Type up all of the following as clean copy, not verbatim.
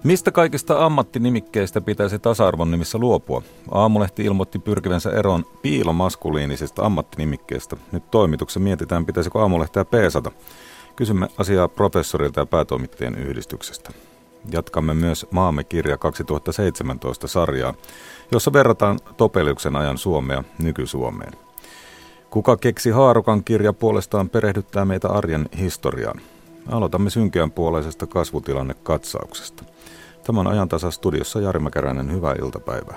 Mistä kaikista ammattinimikkeistä pitäisi tasa-arvon nimissä luopua? Aamulehti ilmoitti pyrkivänsä eroon piilomaskuliinisesta ammattinimikkeestä. Nyt toimituksen mietitään, pitäisikö Aamulehteä peesata. Kysymme asiaa professorilta ja päätoimittajien yhdistyksestä. Jatkamme myös Maamme kirja 2017 sarjaa, jossa verrataan Topeliuksen ajan Suomea nyky-Suomeen. Kuka keksi haarukan kirja puolestaan perehdyttää meitä arjen historiaan. Aloitamme synkeänpuoleisesta kasvutilannekatsauksesta. Tämä on Ajantasa studiossa Jari Mäkäräinen. Hyvää iltapäivää.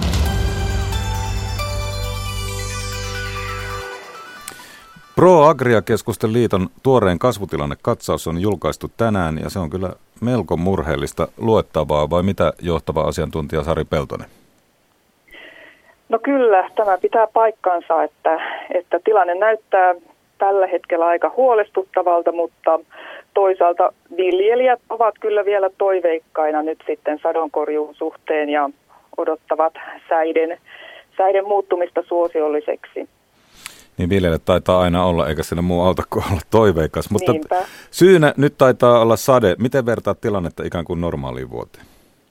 Pro-Agria-keskusten liiton tuoreen kasvutilannekatsaus on julkaistu tänään ja se on kyllä melko murheellista luettavaa, vai mitä johtava asiantuntija Sari Peltonen? No kyllä, tämä pitää paikkansa, että tilanne näyttää tällä hetkellä aika huolestuttavalta, mutta toisaalta viljelijät ovat kyllä vielä toiveikkaina nyt sitten sadonkorjuun suhteen ja odottavat säiden muuttumista suosiolliseksi. Niin viljelijät taitaa aina olla, eikä siinä muu auta kuin olla toiveikas. Mutta niinpä. Syynä nyt taitaa olla sade. Miten vertaat tilannetta ikään kuin normaaliin vuoteen?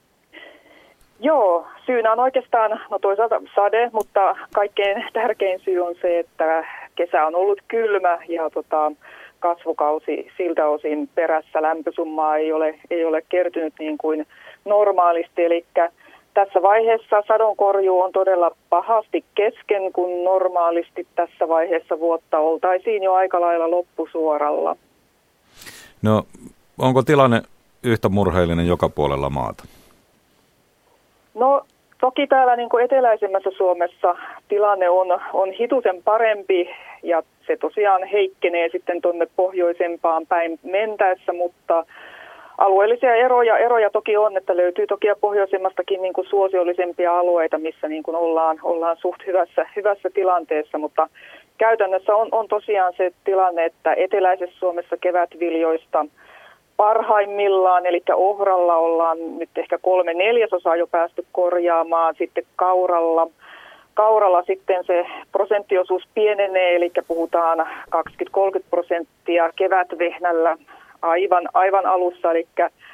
Joo, syynä on oikeastaan toisaalta sade, mutta kaikkein tärkein syy on se, että kesä on ollut kylmä ja kasvukausi siltä osin perässä, lämpösummaa ei ole kertynyt niin kuin normaalisti. Eli tässä vaiheessa sadonkorjuu on todella pahasti kesken, kun normaalisti tässä vaiheessa vuotta oltaisiin jo aika lailla loppusuoralla. No, onko tilanne yhtä murheellinen joka puolella maata? No toki täällä niin kuin eteläisemmässä Suomessa tilanne on hitusen parempi ja se tosiaan heikkenee sitten tuonne pohjoisempaan päin mentäessä, mutta alueellisia eroja toki on, että löytyy toki pohjoisemmastakin niin kuin suosiollisempia alueita, missä niin kuin ollaan suht hyvässä tilanteessa, mutta käytännössä on tosiaan se tilanne, että eteläisessä Suomessa kevätviljoista parhaimmillaan, eli ohralla ollaan nyt ehkä 3/4 jo päästy korjaamaan, sitten kauralla sitten se prosenttiosuus pienenee, eli puhutaan 20-30%, kevätvehnällä aivan alussa, eli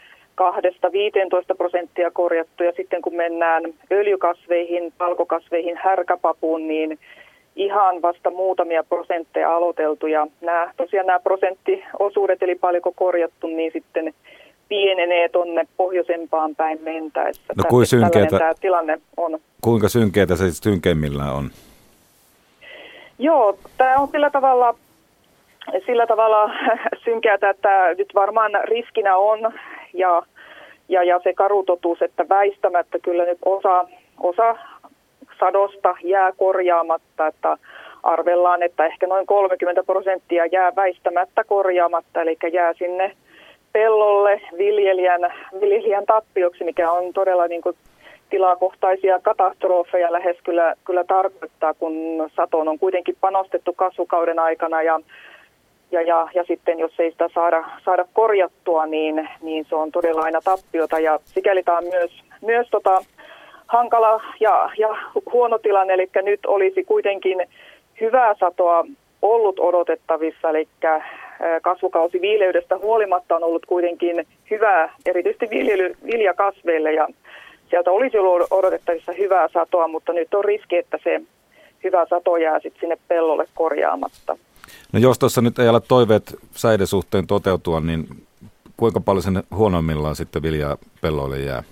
2-15% korjattu, ja sitten kun mennään öljykasveihin, palkokasveihin, härkäpapuun, niin ihan vasta muutamia prosentteja aloiteltu, ja nämä prosenttiosuudet, eli paljonko korjattu, niin sitten pienenee tuonne pohjoisempaan päin mentäessä. No tämä tilanne on. Kuinka synkeätä se synkeimmillään on? Joo, tämä on sillä tavalla synkeätä, että nyt varmaan riskinä on, ja se karu totuus, että väistämättä kyllä nyt osa sadosta jää korjaamatta, että arvellaan, että ehkä noin 30% jää väistämättä korjaamatta, eli jää sinne pellolle viljelijän tappioksi, mikä on todella niin kuin tilakohtaisia katastrofeja lähes kyllä tarkoittaa, kun satoon on kuitenkin panostettu kasvukauden aikana ja sitten jos ei sitä saada korjattua, niin se on todella aina tappiota, ja sikäli tämä on myös hankala ja huono tilanne, eli nyt olisi kuitenkin hyvää satoa ollut odotettavissa, eli kasvukausi viileydestä huolimatta on ollut kuitenkin hyvää, erityisesti viljakasveille, ja sieltä olisi ollut odotettavissa hyvää satoa, mutta nyt on riski, että se hyvä sato jää sitten sinne pellolle korjaamatta. No jos tuossa nyt ei ala toiveet säiden suhteen toteutua, niin kuinka paljon sen huonoimmillaan sitten viljaa pelloille jää?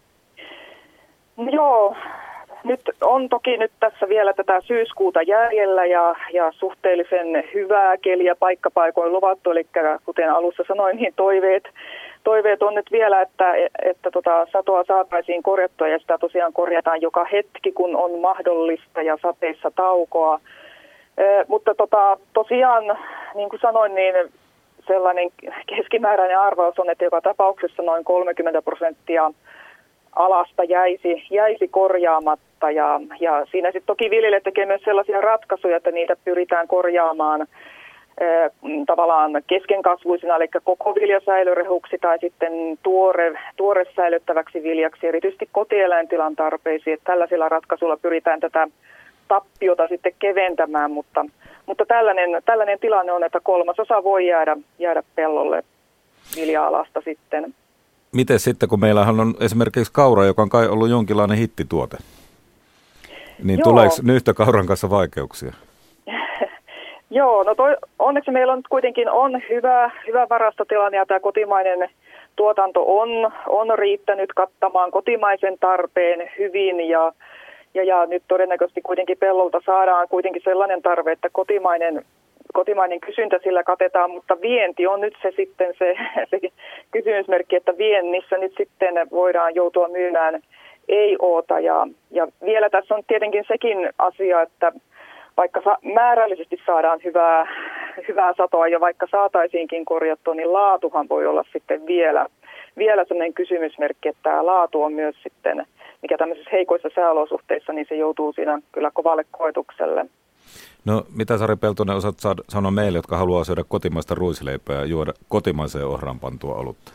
No joo, nyt on toki nyt tässä vielä tätä syyskuuta jäljellä ja suhteellisen hyvää keliä paikkapaikoin luvattu, eli kuten alussa sanoin, niin toiveet on nyt vielä, että satoa saataisiin korjattua, ja sitä tosiaan korjataan joka hetki, kun on mahdollista ja sateissa taukoa. Mutta tosiaan, niin kuin sanoin, niin sellainen keskimääräinen arvaus on, että joka tapauksessa noin 30% alasta jäisi korjaamatta, ja siinä sitten toki viljelijät tekee myös sellaisia ratkaisuja, että niitä pyritään korjaamaan tavallaan keskenkasvuisina, eli koko viljasäilörehuksi tai sitten tuore säilyttäväksi viljaksi, erityisesti kotieläintilan tarpeisiin. Että tällaisilla ratkaisuilla pyritään tätä tappiota sitten keventämään, mutta tällainen tilanne on, että 1/3 voi jäädä pellolle vilja-alasta sitten. miten sitten, kun meillähän on esimerkiksi kaura, joka on kai ollut jonkinlainen hittituote, niin Joo. tuleeko nyhtökauran kanssa vaikeuksia? Joo, no onneksi meillä on nyt kuitenkin hyvä varastotilanne ja tämä kotimainen tuotanto on riittänyt kattamaan kotimaisen tarpeen hyvin ja nyt todennäköisesti kuitenkin pellolta saadaan kuitenkin sellainen tarve, että kotimainen kysyntä sillä katetaan, mutta vienti on nyt se sitten se kysymysmerkki, että viennissä nyt sitten voidaan joutua myymään ei-oota ja vielä tässä on tietenkin sekin asia, että vaikka määrällisesti saadaan hyvää satoa ja vaikka saataisiinkin korjattua, niin laatuhan voi olla sitten vielä sellainen kysymysmerkki, että tämä laatu on myös sitten, mikä tämmöisissä heikoissa sääolosuhteissa, niin se joutuu siinä kyllä kovalle koetukselle. No mitä Sari Peltonen osaat sanoa meille, jotka haluaa syödä kotimaista ruisleipää ja juoda kotimaiseen ohraan pantua olutta?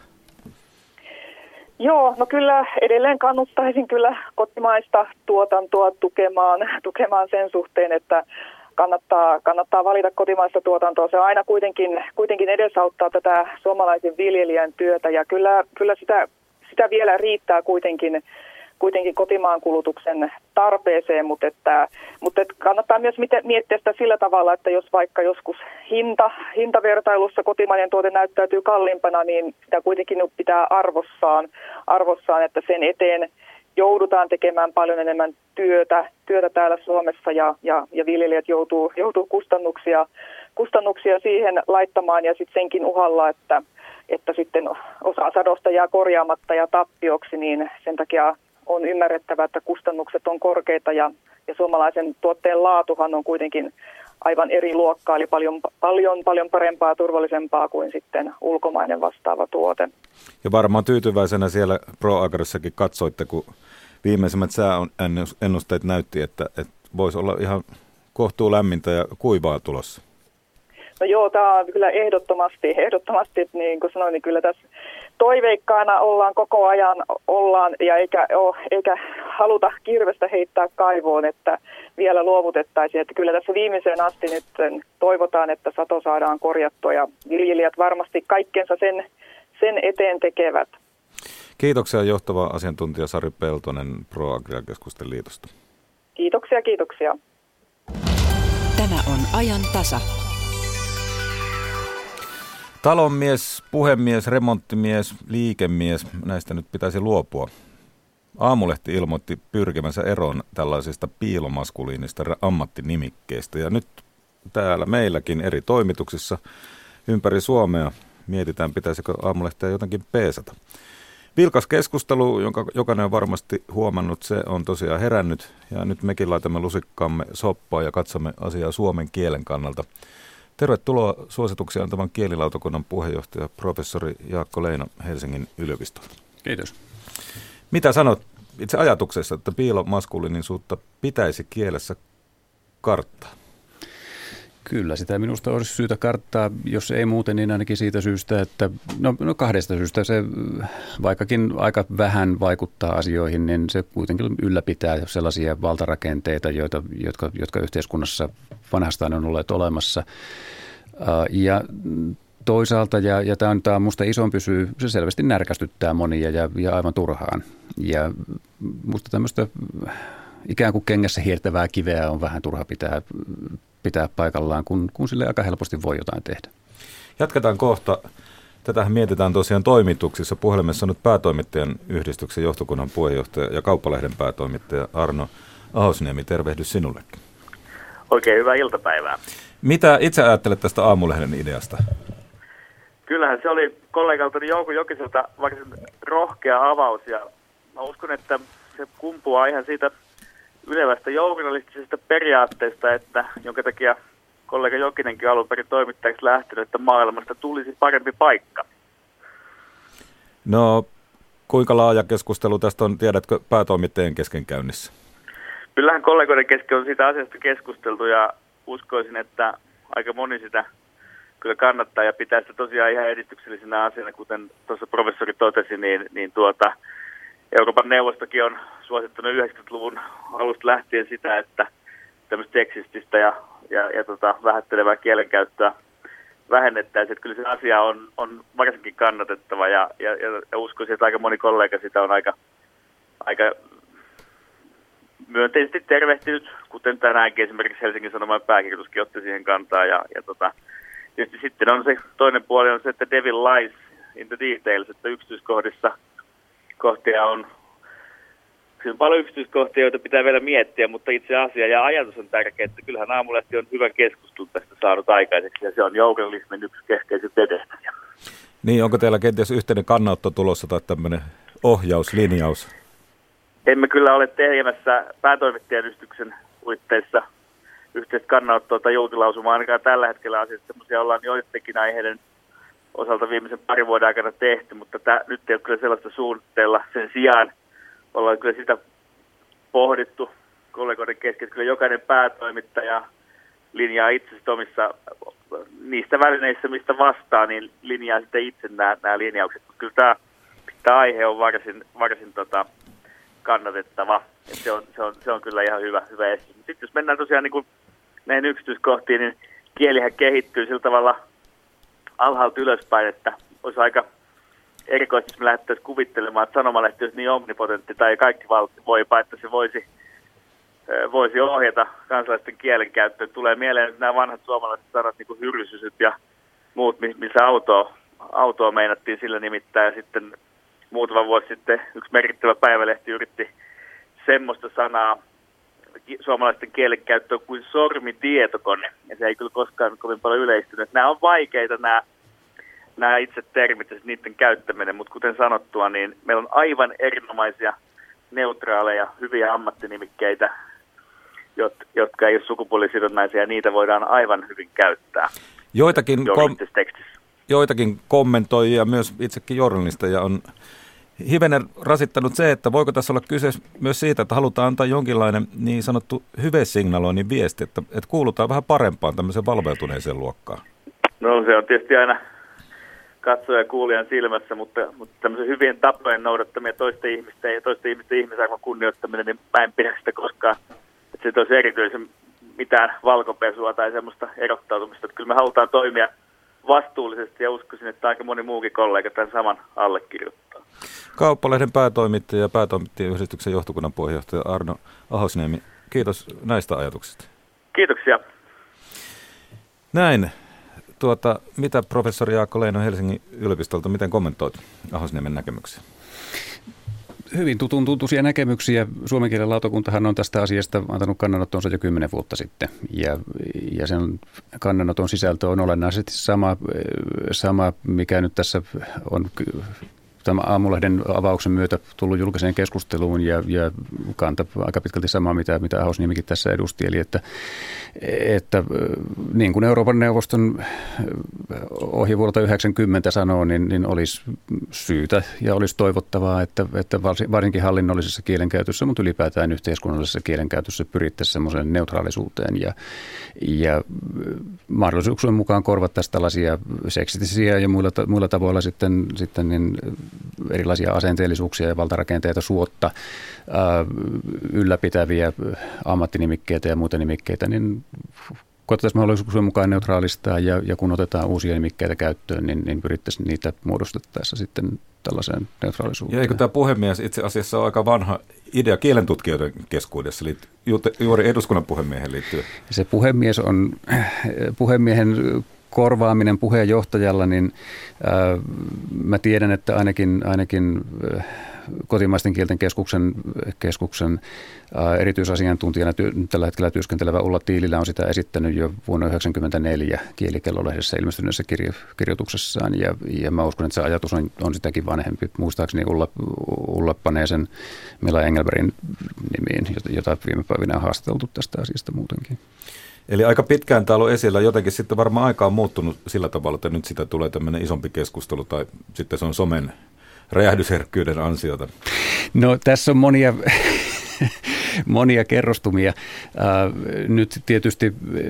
Joo, no kyllä edelleen kannuttaisin kyllä kotimaista tuotantoa tukemaan sen suhteen, että kannattaa valita kotimaista tuotantoa. Se aina kuitenkin edesauttaa tätä suomalaisen viljelijän työtä ja kyllä sitä vielä riittää kuitenkin kotimaan kulutuksen tarpeeseen, mutta kannattaa myös miettiä sitä sillä tavalla, että jos vaikka joskus hintavertailussa kotimainen tuote näyttäytyy kalliimpana, niin sitä kuitenkin pitää arvossaan, että sen eteen joudutaan tekemään paljon enemmän työtä täällä Suomessa ja viljelijät joutuu kustannuksia siihen laittamaan ja sitten senkin uhalla, että sitten osa sadosta jää korjaamatta ja tappioksi, niin sen takia on ymmärrettävä, että kustannukset on korkeita ja suomalaisen tuotteen laatuhan on kuitenkin aivan eri luokkaa, eli paljon parempaa ja turvallisempaa kuin sitten ulkomainen vastaava tuote. Ja varmaan tyytyväisenä siellä ProAgrossakin katsoitte, kun viimeisimmät sääennusteet näytti, että voisi olla ihan kohtuu lämmintä ja kuivaa tulossa. No joo, tämä on kyllä ehdottomasti, että niin kuin sanoin, niin kyllä tässä toiveikkaana koko ajan ja eikä haluta kirvestä heittää kaivoon, että vielä luovutettaisiin. Että kyllä tässä viimeiseen asti nyt toivotaan, että sato saadaan korjattua ja viljelijät varmasti kaikkensa sen eteen tekevät. Kiitoksia johtava asiantuntija Sari Peltonen ProAgria-keskusten liitosta. Kiitoksia. Tämä on ajan tasa. Talonmies, puhemies, remonttimies, liikemies, näistä nyt pitäisi luopua. Aamulehti ilmoitti pyrkimänsä eroon tällaisista piilomaskuliinista ammattinimikkeistä. Ja nyt täällä meilläkin eri toimituksissa ympäri Suomea mietitään, pitäisikö Aamulehteä jotenkin peesata. Vilkas keskustelu, jonka jokainen on varmasti huomannut, se on tosiaan herännyt. Ja nyt mekin laitamme lusikkaamme soppaa ja katsomme asiaa suomen kielen kannalta. Tervetuloa suosituksia antavan kielilautakunnan puheenjohtaja professori Jaakko Leino Helsingin yliopistosta. Kiitos. Mitä sanot itse ajatuksessa, että piilomaskuliinisuutta pitäisi kielessä karttaa? Kyllä, sitä minusta olisi syytä karttaa, jos ei muuten, niin ainakin siitä syystä, että kahdesta syystä se vaikkakin aika vähän vaikuttaa asioihin, niin se kuitenkin ylläpitää sellaisia valtarakenteita, jotka yhteiskunnassa vanhastaan on olleet olemassa. Ja toisaalta, ja tämä on minusta isompi syy, se selvästi närkästyttää monia ja aivan turhaan. Ja minusta tämmöistä ikään kuin kengässä hiertävää kiveä on vähän turha pitää paikallaan, kun sille aika helposti voi jotain tehdä. Jatketaan kohta. Tätähän mietitään tosiaan toimituksissa. Puhelimessa on nyt Päätoimittajan yhdistyksen johtokunnan puheenjohtaja ja Kauppalehden päätoimittaja Arno Ahosniemi. Tervehdys sinullekin. Oikein hyvää iltapäivää. Mitä itse ajattelet tästä Aamulehden ideasta? Kyllähän se oli kollegaltani Jouko Jokiselta varsin rohkea avaus ja mä uskon, että se kumpuaa ihan siitä ylevästä journalistisesta periaatteesta, jonka takia kollega Jokinenkin alun perin toimittajaksi lähtenyt, että maailmasta tulisi parempi paikka. No, kuinka laaja keskustelu tästä on, tiedätkö, päätoimittajien kesken käynnissä? Kyllähän kollegoiden kesken on siitä asiasta keskusteltu ja uskoisin, että aika moni sitä kyllä kannattaa ja pitää sitä tosiaan ihan edistyksellisenä asiana, kuten tuossa professori totesi, niin Euroopan neuvostokin on suosittanut 90-luvun alusta lähtien sitä, että tämmöistä seksististä ja vähättelevää kielenkäyttöä vähennettäisiin. Että kyllä se asia on varsinkin kannatettava ja uskoisin, että aika moni kollega sitä on aika myönteisesti tervehtinyt, kuten tänäänkin esimerkiksi Helsingin Sanoman pääkirjoituskin otti siihen kantaa. Tietysti sitten on se toinen puoli on se, että devil lies in the details, että kohtia on paljon yksityiskohtia, joita pitää vielä miettiä, mutta itse asia ja ajatus on tärkeä, että kyllähän Aamulehti on hyvän keskustelun tästä saanut aikaiseksi ja se on journalismin yksi keskeisiä tehtäviä. Niin, onko teillä kenties yhteinen kannanotto tulossa tai tämmöinen ohjauslinjaus? Emme kyllä ole tekemässä päätoimittajan yhdistyksen puitteissa yhteistä kannanottoa tai julkilausumaa ainakaan tällä hetkellä asiassa. Semmoisia ollaan joidenkin aiheiden osalta viimeisen parin vuoden aikana tehty, mutta nyt ei ole kyllä sellaista suunnitteilla. Sen sijaan ollaan kyllä sitä pohdittu kollegoiden kesken, kyllä jokainen päätoimittaja linjaa itse omissa niistä välineissä, mistä vastaa, niin linjaa sitten itse nämä linjaukset. Mutta kyllä tämä aihe on varsin kannatettava. Se on kyllä ihan hyvä esitys. Sitten jos mennään tosiaan niin kuin näihin yksityiskohtiin, niin kielihän kehittyy sillä tavalla alhaalta ylöspäin, että olisi aika erikoisesti, jos me lähdettäisiin kuvittelemaan, että sanomalehti olisi niin omnipotentti tai kaikki voipa, että se voisi ohjata kansalaisten kielenkäyttöön. Tulee mieleen nämä vanhat suomalaiset sanat, niin kuin hyrsysyt ja muut, missä autoa meinattiin sillä nimittäin. Ja sitten muutama vuosi sitten yksi merkittävä päivälehti yritti semmoista sanaa suomalaisten kielenkäyttöön kuin sormitietokone. Ja se ei kyllä koskaan kovin paljon yleistynyt. Nämä on vaikeita nämä itse termit ja niiden käyttäminen, mutta kuten sanottua, niin meillä on aivan erinomaisia, neutraaleja, hyviä ammattinimikkeitä, jotka ei ole sukupuolisidonnaisia, ja niitä voidaan aivan hyvin käyttää. Joitakin kommentoijia, myös itsekin journalisteja, on hivenen rasittanut se, että voiko tässä olla kyse myös siitä, että halutaan antaa jonkinlainen niin sanottu hyvesignaloinnin viesti, että kuulutaan vähän parempaan tämmöiseen valveutuneeseen luokkaan. No se on tietysti aina katsoja ja kuulijan silmässä, mutta tämmöisen hyvien tapojen noudattaminen toisten ihmisten ihmisarvon kunnioittaminen, niin mä en pidä sitä koskaan, että se olisi erityisen mitään valkopesua tai semmoista erottautumista. Että kyllä me halutaan toimia vastuullisesti ja uskoisin, että aika moni muukin kollega tämän saman allekirjoittaa. Kauppalehden päätoimittaja ja päätoimittajien yhdistyksen johtokunnan puheenjohtaja Arno Ahosniemi, kiitos näistä ajatuksista. Kiitoksia. Näin. Mitä professori Jaakko Leino Helsingin yliopistolta, miten kommentoit Ahosniemen näkemyksiä? Hyvin tuntuisia näkemyksiä. Suomen kielen lautakuntahan on tästä asiasta antanut kannanottonsa jo 10 vuotta sitten. Ja sen kannanoton sisältö on olennaisesti sama, mikä nyt tässä on tämän Aamulehden avauksen myötä tullut julkiseen keskusteluun ja kanta aika pitkälti samaa, mitä Ahosniemikin tässä edusti. Eli että niin kuin Euroopan neuvoston ohi vuodelta 1990 sanoo, niin olisi syytä ja olisi toivottavaa, että varsinkin hallinnollisessa kielenkäytössä, mutta ylipäätään yhteiskunnallisessa kielenkäytössä pyrittäisiin semmoiseen neutraalisuuteen ja mahdollisuuksien mukaan korvattaisiin tällaisia seksistisiä ja muilla tavoilla sitten niin erilaisia asenteellisuuksia ja valtarakenteita suotta ylläpitäviä ammattinimikkeitä ja muita nimikkeitä, niin koettaisiin mahdollisuuksien mukaan neutraalistaa ja kun otetaan uusia nimikkeitä käyttöön, niin pyrittäisiin niitä muodostettaessa sitten tällaiseen neutraalisuuteen. Ja eikö tämä puhemies itse asiassa ole aika vanha idea kielentutkijoiden keskuudessa, juuri eduskunnan puhemiehen liittyy? Se puhemiehen korvaaminen puheenjohtajalla, niin mä tiedän, että ainakin kotimaisten kielten keskuksen erityisasiantuntijana tällä hetkellä työskentelevä Ulla Tiililä on sitä esittänyt jo vuonna 1994 Kielikellolehdessä ilmestyneessä kirjoituksessaan, ja mä uskon, että se ajatus on sitäkin vanhempi. Muistaakseni Ulla panee sen Mila Engelbergin nimiin, jota viime päivinä on haastateltu tästä asiasta muutenkin. Eli aika pitkään täällä on esillä, jotenkin sitten varmaan aika on muuttunut sillä tavalla, että nyt sitä tulee tämmöinen isompi keskustelu, tai sitten se on somen räjähdysherkkyyden ansiota. No tässä on monia kerrostumia. Nyt tietysti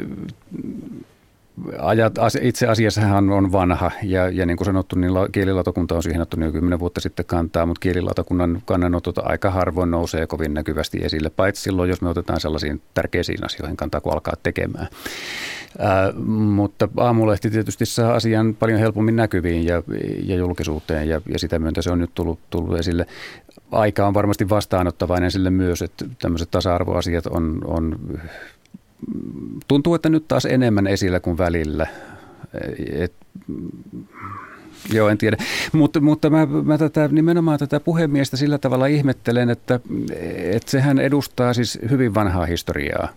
itse asiassahan on vanha ja niin kuin sanottu, niin kielilautakunta on siihen ottanut jo 10 vuotta sitten kantaa, mutta kielilautakunnan kannanotot aika harvoin nousee kovin näkyvästi esille, paitsi silloin, jos me otetaan sellaisiin tärkeisiin asioihin kantaa, kun alkaa tekemään. Mutta Aamulehti tietysti saa asian paljon helpommin näkyviin ja julkisuuteen ja sitä myötä se on nyt tullut esille. Aika on varmasti vastaanottavainen sille myös, että tämmöiset tasa-arvoasiat tuntuu, että nyt taas enemmän esillä kuin välillä. Joo, en tiedä. Mutta mä nimenomaan tätä puhemiestä sillä tavalla ihmettelen, että sehän edustaa siis hyvin vanhaa historiaa.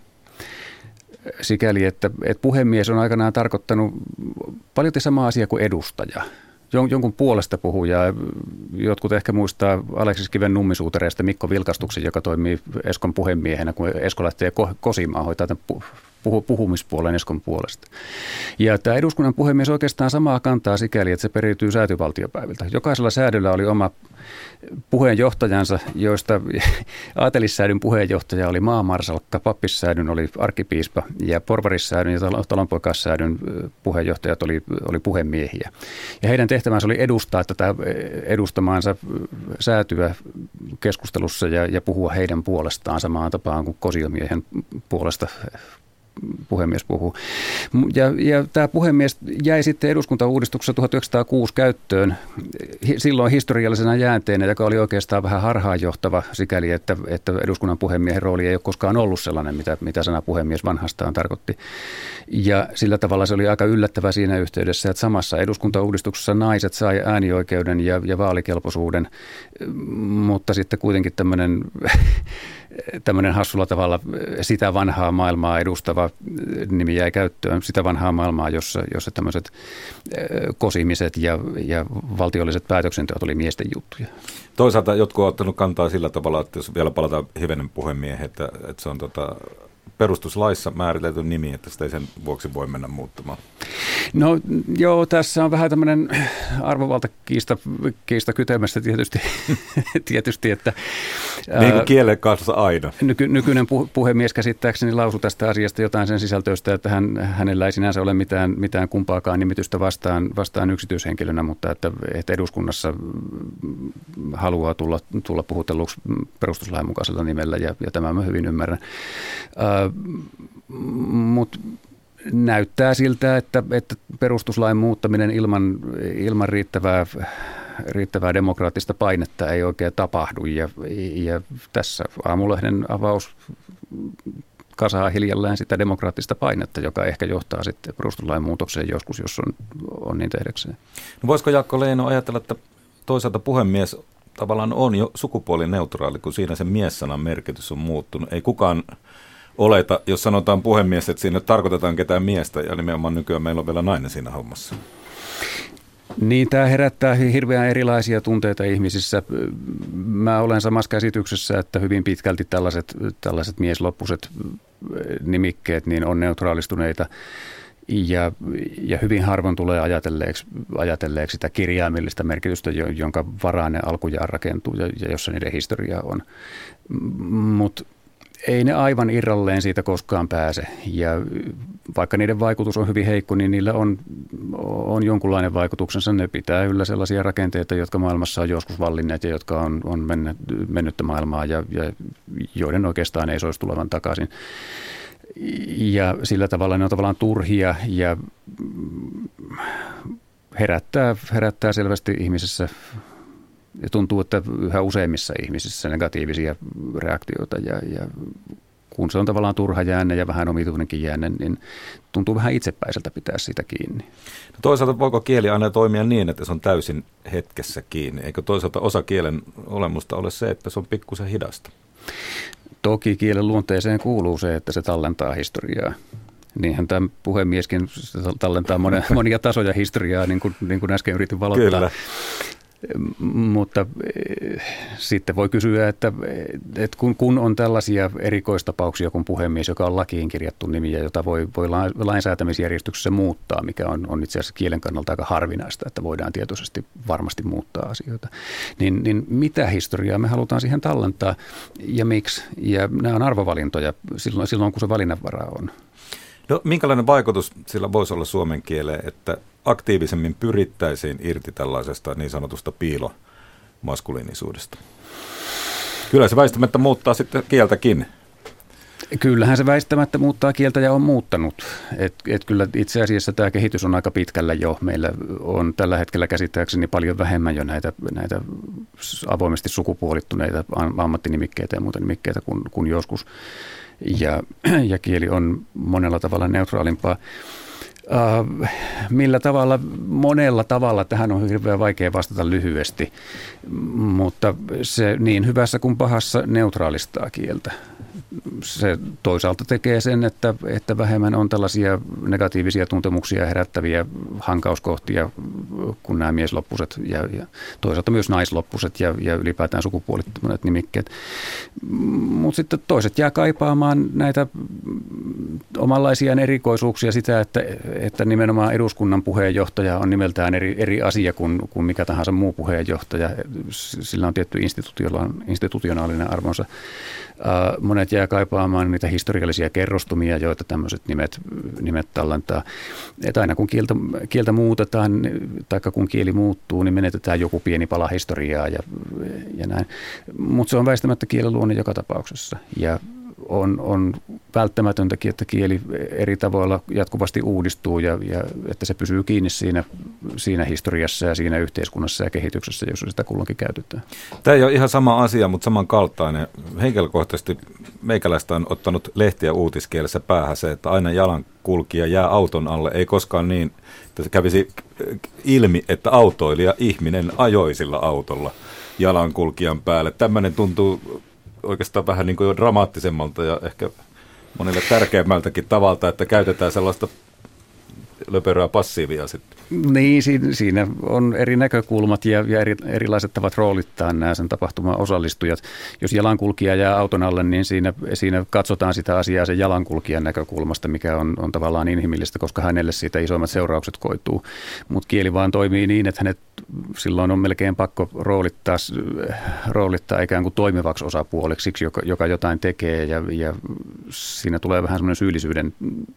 Sikäli, että puhemies on aikanaan tarkoittanut paljon sama asia kuin edustaja. Jonkun puolesta puhuja. Jotkut ehkä muistaa Aleksis Kiven nummisuutereista Mikko Vilkastuksen, joka toimii Eskon puhemiehenä, kun Esko lähtee Kosimaan hoitaa tämän puhumispuolen Eskon puolesta. Ja tämä eduskunnan puhemies oikeastaan samaa kantaa sikäli, että se periytyy säätyvaltiopäiviltä. Jokaisella säädyllä oli oma puheenjohtajansa, joista aatelissäädyn puheenjohtaja oli maamarsalkka, pappissäädyn oli arkkipiispa ja porvarissäädyn ja talonpoikaassäädyn puheenjohtajat oli puhemiehiä. Ja heidän tehtävänsä oli edustaa tätä edustamaansa säätyä keskustelussa ja puhua heidän puolestaan samaan tapaan kuin kosiomiehen puolesta puhemies puhuu. Ja tämä puhemies jäi sitten eduskuntauudistuksessa 1906 käyttöön silloin historiallisena jäänteenä, joka oli oikeastaan vähän harhaanjohtava sikäli, että eduskunnan puhemiehen rooli ei ole koskaan ollut sellainen, mitä sana puhemies vanhastaan tarkoitti. Ja sillä tavalla se oli aika yllättävä siinä yhteydessä, että samassa eduskuntauudistuksessa naiset sai äänioikeuden ja vaalikelpoisuuden, mutta sitten kuitenkin tämmöinen hassulla tavalla sitä vanhaa maailmaa edustava nimi jäi käyttöön, sitä vanhaa maailmaa, jossa tämmöiset kosimiset ja valtiolliset päätöksenteot oli miesten juttuja. Toisaalta jotkut ovat ottanut kantaa sillä tavalla, että jos vielä palataan hivenen puhemiehen, että se on perustuslaissa määritelty nimi, että sitä ei sen vuoksi voi mennä muuttamaan. No joo, tässä on vähän tämmöinen arvovaltakiista kytemästä tietysti, että niin kuin kielen kanssa aina. Nykyinen puhemies käsittääkseni lausui tästä asiasta jotain sen sisältöistä, että hänellä ei sinänsä ole mitään kumpaakaan nimitystä vastaan yksityishenkilönä, mutta että eduskunnassa haluaa tulla puhutelluksi perustuslain mukaisella nimellä ja tämä mä hyvin ymmärrän. Mutta näyttää siltä, että perustuslain muuttaminen ilman riittävää demokraattista painetta ei oikein tapahdu. Ja tässä Aamulehden avaus kasaa hiljalleen sitä demokraattista painetta, joka ehkä johtaa sitten perustuslain muutokseen joskus, jos on niin tehdäkseen. No voisiko Jaakko Leino ajatella, että toisaalta puhemies tavallaan on jo sukupuolineutraali, kun siinä sen mies-sanan merkitys on muuttunut. Ei kukaan oleta, jos sanotaan puhemies, että siinä tarkoitetaan ketään miestä, ja nimenomaan nykyään meillä on vielä nainen siinä hommassa. Niin, tämä herättää hirveän erilaisia tunteita ihmisissä. Mä olen samassa käsityksessä, että hyvin pitkälti tällaiset miesloppuiset nimikkeet niin on neutraalistuneita. Ja hyvin harvoin tulee ajatelleeksi sitä kirjaimellista merkitystä, jonka varaan ne alkujaan rakentuu ja jossa niiden historia on. Mutta ei ne aivan irralleen siitä koskaan pääse. Ja vaikka niiden vaikutus on hyvin heikko, niin niillä on jonkunlainen vaikutuksensa. Ne pitää yllä sellaisia rakenteita, jotka maailmassa on joskus vallinneet ja jotka on mennyttä maailmaa ja joiden oikeastaan ei soisi tulevan takaisin. Ja sillä tavalla ne on tavallaan turhia ja herättää selvästi ihmisessä ja tuntuu, että yhä useimmissa ihmisissä negatiivisia reaktioita ja kun se on tavallaan turha jäänne ja vähän omituinenkin jäänne, niin tuntuu vähän itsepäiseltä pitää siitä kiinni. No toisaalta voiko kieli aina toimia niin, että se on täysin hetkessä kiinni? Eikö toisaalta osa kielen olemusta ole se, että se on pikkusen hidasta? Toki kielen luonteeseen kuuluu se, että se tallentaa historiaa. Niinhän tämä puhemieskin tallentaa monia tasoja historiaa, niin kuin äsken yritin valottaa. Kyllä. Mutta sitten voi kysyä, että kun on tällaisia erikoistapauksia kuin puhemies, joka on lakiin kirjattu nimi ja jota voi lainsäätämisjärjestyksessä muuttaa, mikä on itse asiassa kielen kannalta aika harvinaista, että voidaan tietoisesti varmasti muuttaa asioita, niin mitä historiaa me halutaan siihen tallentaa ja miksi? Ja nämä on arvovalintoja silloin kun se valinnanvara on. No, minkälainen vaikutus sillä voisi olla suomen kieleen, että aktiivisemmin pyrittäisiin irti tällaisesta niin sanotusta piilomaskuliinisuudesta? Kyllä se väistämättä muuttaa sitten kieltäkin. Kyllähän se väistämättä muuttaa kieltä ja on muuttanut. Et kyllä itse asiassa tämä kehitys on aika pitkällä jo. Meillä on tällä hetkellä käsittääkseni paljon vähemmän jo näitä avoimesti sukupuolittuneita ammattinimikkeitä ja muita nimikkeitä kuin joskus. Ja kieli on monella tavalla neutraalimpaa. Millä tavalla? Monella tavalla. Tähän on hirveän vaikea vastata lyhyesti, mutta se niin hyvässä kuin pahassa neutraalistaa kieltä. Se toisaalta tekee sen, että vähemmän on tällaisia negatiivisia tuntemuksia herättäviä hankauskohtia kuin nämä miesloppuset ja toisaalta myös naisloppuset ja ylipäätään sukupuolittuneet nimikkeet. Mutta sitten toiset jää kaipaamaan näitä omanlaisiaan erikoisuuksia sitä, että nimenomaan eduskunnan puheenjohtaja on nimeltään eri asia kuin mikä tahansa muu puheenjohtaja. Sillä on tietty institutionaalinen arvonsa. Monet jää kaipaamaan niitä historiallisia kerrostumia, joita tämmöiset nimet tallentaa. Että aina kun kieltä muutetaan, tai kun kieli muuttuu, niin menetetään joku pieni pala historiaa ja näin. Mutta se on väistämättä kielen luonne joka tapauksessa. Ja on välttämätöntäkin, että kieli eri tavoilla jatkuvasti uudistuu ja että se pysyy kiinni siinä historiassa ja siinä yhteiskunnassa ja kehityksessä, jossa sitä kulloinkin käytetään. Tämä ei ole ihan sama asia, mutta samankaltainen. Henkilökohtaisesti meikäläistä on ottanut lehtiä uutiskielessä päähän se, että aina jalankulkija jää auton alle. Ei koskaan niin, että se kävisi ilmi, että autoilija ihminen ajoi sillä autolla jalankulkijan päälle. Tämmöinen tuntuu oikeastaan vähän niin kuin jo dramaattisemmalta ja ehkä monille tärkeämmältäkin tavalta, että käytetään sellaista löperöä passiivia sitten. Niin, siinä on eri näkökulmat ja erilaiset tavat roolittaa nämä sen tapahtuman osallistujat. Jos jalankulkija jää auton alle, niin siinä katsotaan sitä asiaa sen jalankulkijan näkökulmasta, mikä on tavallaan inhimillistä, koska hänelle siitä isoimmat seuraukset koituu. Mutta kieli vaan toimii niin, että hänet silloin on melkein pakko roolittaa ikään kuin toimivaksi osapuoleksi, joka jotain tekee ja siinä tulee vähän semmoinen syyllisyyden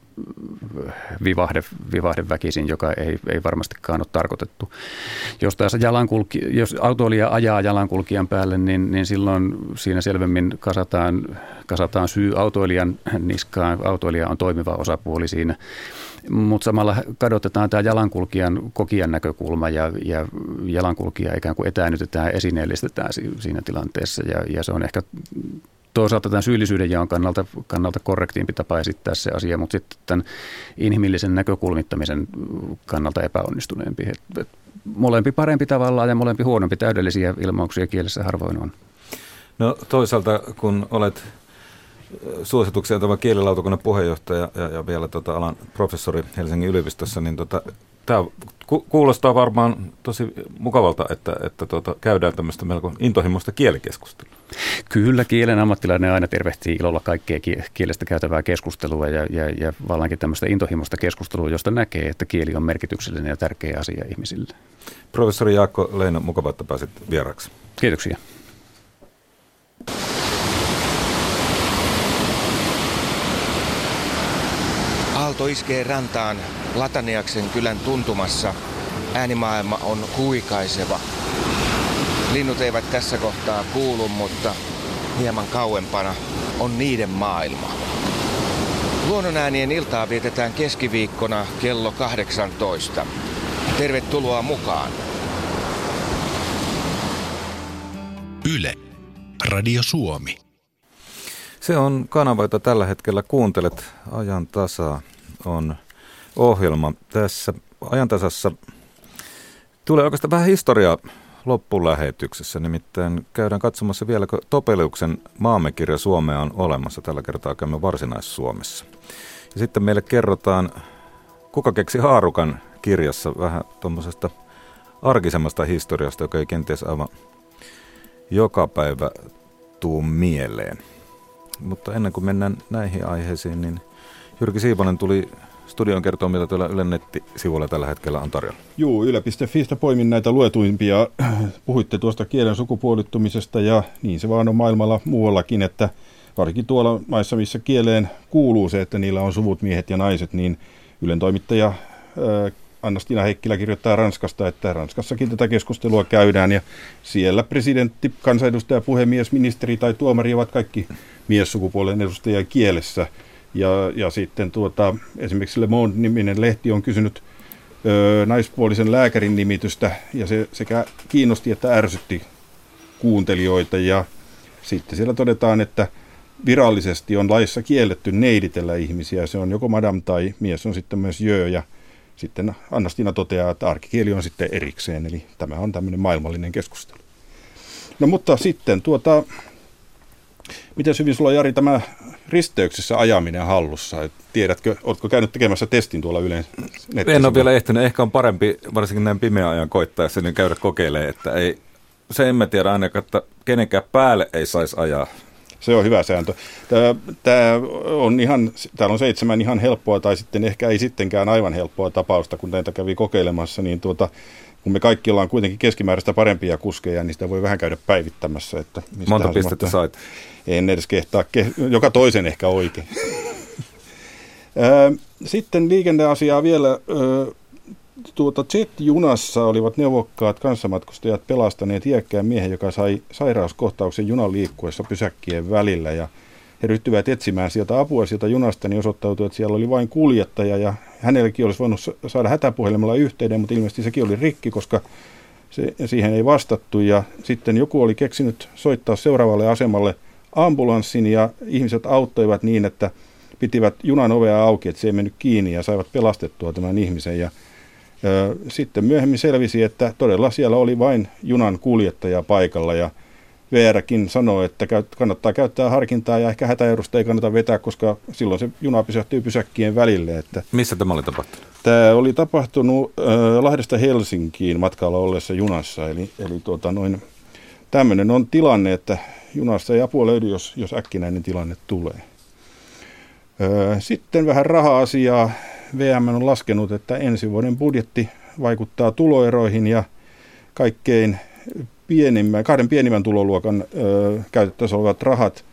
vivahde väkisin, joka ei varmastikaan ole tarkoitettu. Jos autoilija ajaa jalankulkijan päälle, niin silloin siinä selvemmin kasataan syy autoilijan niskaan. Autoilija on toimiva osapuoli siinä. Mutta samalla kadotetaan tämä jalankulkijan kokijan näkökulma ja jalankulkija ikään kuin etäännytetään ja esineellistetään siinä tilanteessa. Ja se on ehkä toisaalta tämän syyllisyyden jaon kannalta korrektiimpi tapa esittää se asia, mutta sitten tämän inhimillisen näkökulmittamisen kannalta epäonnistuneempi. Molempi parempi tavallaan ja molempi huonompi, täydellisiä ilmauksia kielessä harvoin on. No toisaalta kun olet suosituksia tämä kielilautakunnan puheenjohtaja ja vielä alan professori Helsingin yliopistossa, niin tämä kuulostaa varmaan tosi mukavalta, että käydään tämmöistä melko intohimoista kielikeskustelua. Kyllä, kielen ammattilainen aina tervehtii ilolla kaikkea kielestä käytävää keskustelua ja vallankin tämmöistä intohimoista keskustelua, josta näkee, että kieli on merkityksellinen ja tärkeä asia ihmisille. Professori Jaakko Leino, mukava, että pääsit vieraaksi. Kiitoksia. Aalto iskee rantaan Lataniaksen kylän tuntumassa. Äänimaailma on huikaiseva. Linnut eivät tässä kohtaa kuulu, mutta hieman kauempana on niiden maailma. Luonnonäänien iltaa vietetään keskiviikkona kello 18. Tervetuloa mukaan. Yle, Radio Suomi. Se on kanava, jota tällä hetkellä kuuntelet. Ajan tasa on ohjelma. Tässä Ajan tasassa tulee oikeastaan vähän historiaa loppulähetyksessä. Nimittäin käydään katsomassa vieläkö Topeliuksen Maamekirja Suomea on olemassa. Tällä kertaa käymme Varsinais-Suomessa. Ja sitten meille kerrotaan Kuka keksi haarukan -kirjassa vähän tuommoisesta arkisemmasta historiasta, joka ei kenties aivan joka päivä tuu mieleen. Mutta ennen kuin mennään näihin aiheisiin, niin Jyrki Siivonen tuli studion kertoa, mitä tuolla Ylen nettisivuilla tällä hetkellä on tarjolla. Juu, Yle.fiistä poimin näitä luetuimpia. Puhuitte tuosta kielen sukupuolittumisesta ja niin se vaan on maailmalla muuallakin, että varsinkin tuolla maissa, missä kieleen kuuluu se, että niillä on suvut miehet ja naiset, niin Ylen toimittaja Anna-Stina Heikkilä kirjoittaa Ranskasta, että Ranskassakin tätä keskustelua käydään ja siellä presidentti, kansanedustaja, puhemies, ministeri tai tuomari ovat kaikki miessukupuolen edustajia kielessä. Ja sitten esimerkiksi Le Monde-niminen lehti on kysynyt naispuolisen lääkärin nimitystä ja se sekä kiinnosti että ärsytti kuuntelijoita ja sitten siellä todetaan, että virallisesti on laissa kielletty neiditellä ihmisiä. Se on joko madame tai mies on sitten myös jö ja sitten Anna-Stina toteaa, että arkikieli on sitten erikseen. Eli tämä on tämmöinen maailmallinen keskustelu. No mutta sitten miten hyvin sulla on, Jari, tämä risteyksessä ajaminen hallussa? Tiedätkö, oletko käynyt tekemässä testin tuolla yleensä? En ole vielä ehtinyt. Ehkä on parempi, varsinkin näin pimeän ajan koittaessa, niin käydä kokeilemaan, että ei, se emme tiedä ainakaan, että kenenkään päälle ei saisi ajaa. Se on hyvä sääntö. Täällä on 7 ihan helppoa tai sitten ehkä ei sittenkään aivan helppoa tapausta, kun näitä kävi kokeilemassa, niin kun me kaikki ollaan kuitenkin keskimääräistä parempia kuskeja, niin sitä voi vähän käydä päivittämässä. Että monta pistettä sait? En edes kehtaa, joka toisen ehkä oikein. Sitten liikenneasiaa vielä. Jet-junassa olivat neuvokkaat kanssamatkustajat pelastaneet iäkkään miehen, joka sai sairauskohtauksen junan liikkuessa pysäkkien välillä. Ja he ryhtyivät etsimään sieltä apua sieltä junasta, niin osoittautui, että siellä oli vain kuljettaja ja hänelläkin olisi voinut saada hätäpuhelimella yhteyden, mutta ilmeisesti sekin oli rikki, koska siihen ei vastattu. Ja sitten joku oli keksinyt soittaa seuraavalle asemalle ambulanssin ja ihmiset auttoivat niin, että pitivät junan ovea auki, että se ei mennyt kiinni ja saivat pelastettua tämän ihmisen. Ja sitten myöhemmin selvisi, että todella siellä oli vain junan kuljettaja paikalla ja VR:kin sanoo, että kannattaa käyttää harkintaa ja ehkä hätäjarrusta ei kannata vetää, koska silloin se juna pysähtyy pysäkkien välille. Että missä tämä oli tapahtunut? Tämä oli tapahtunut Lahdesta Helsinkiin matkalla ollessa junassa, eli tämmöinen on tilanne, että junassa ei apua löydy, jos äkkinäinen tilanne tulee. Sitten vähän raha-asiaa. VM on laskenut, että ensi vuoden budjetti vaikuttaa tuloeroihin ja kahden pienimmän tuloluokan käytettävissä olevat rahat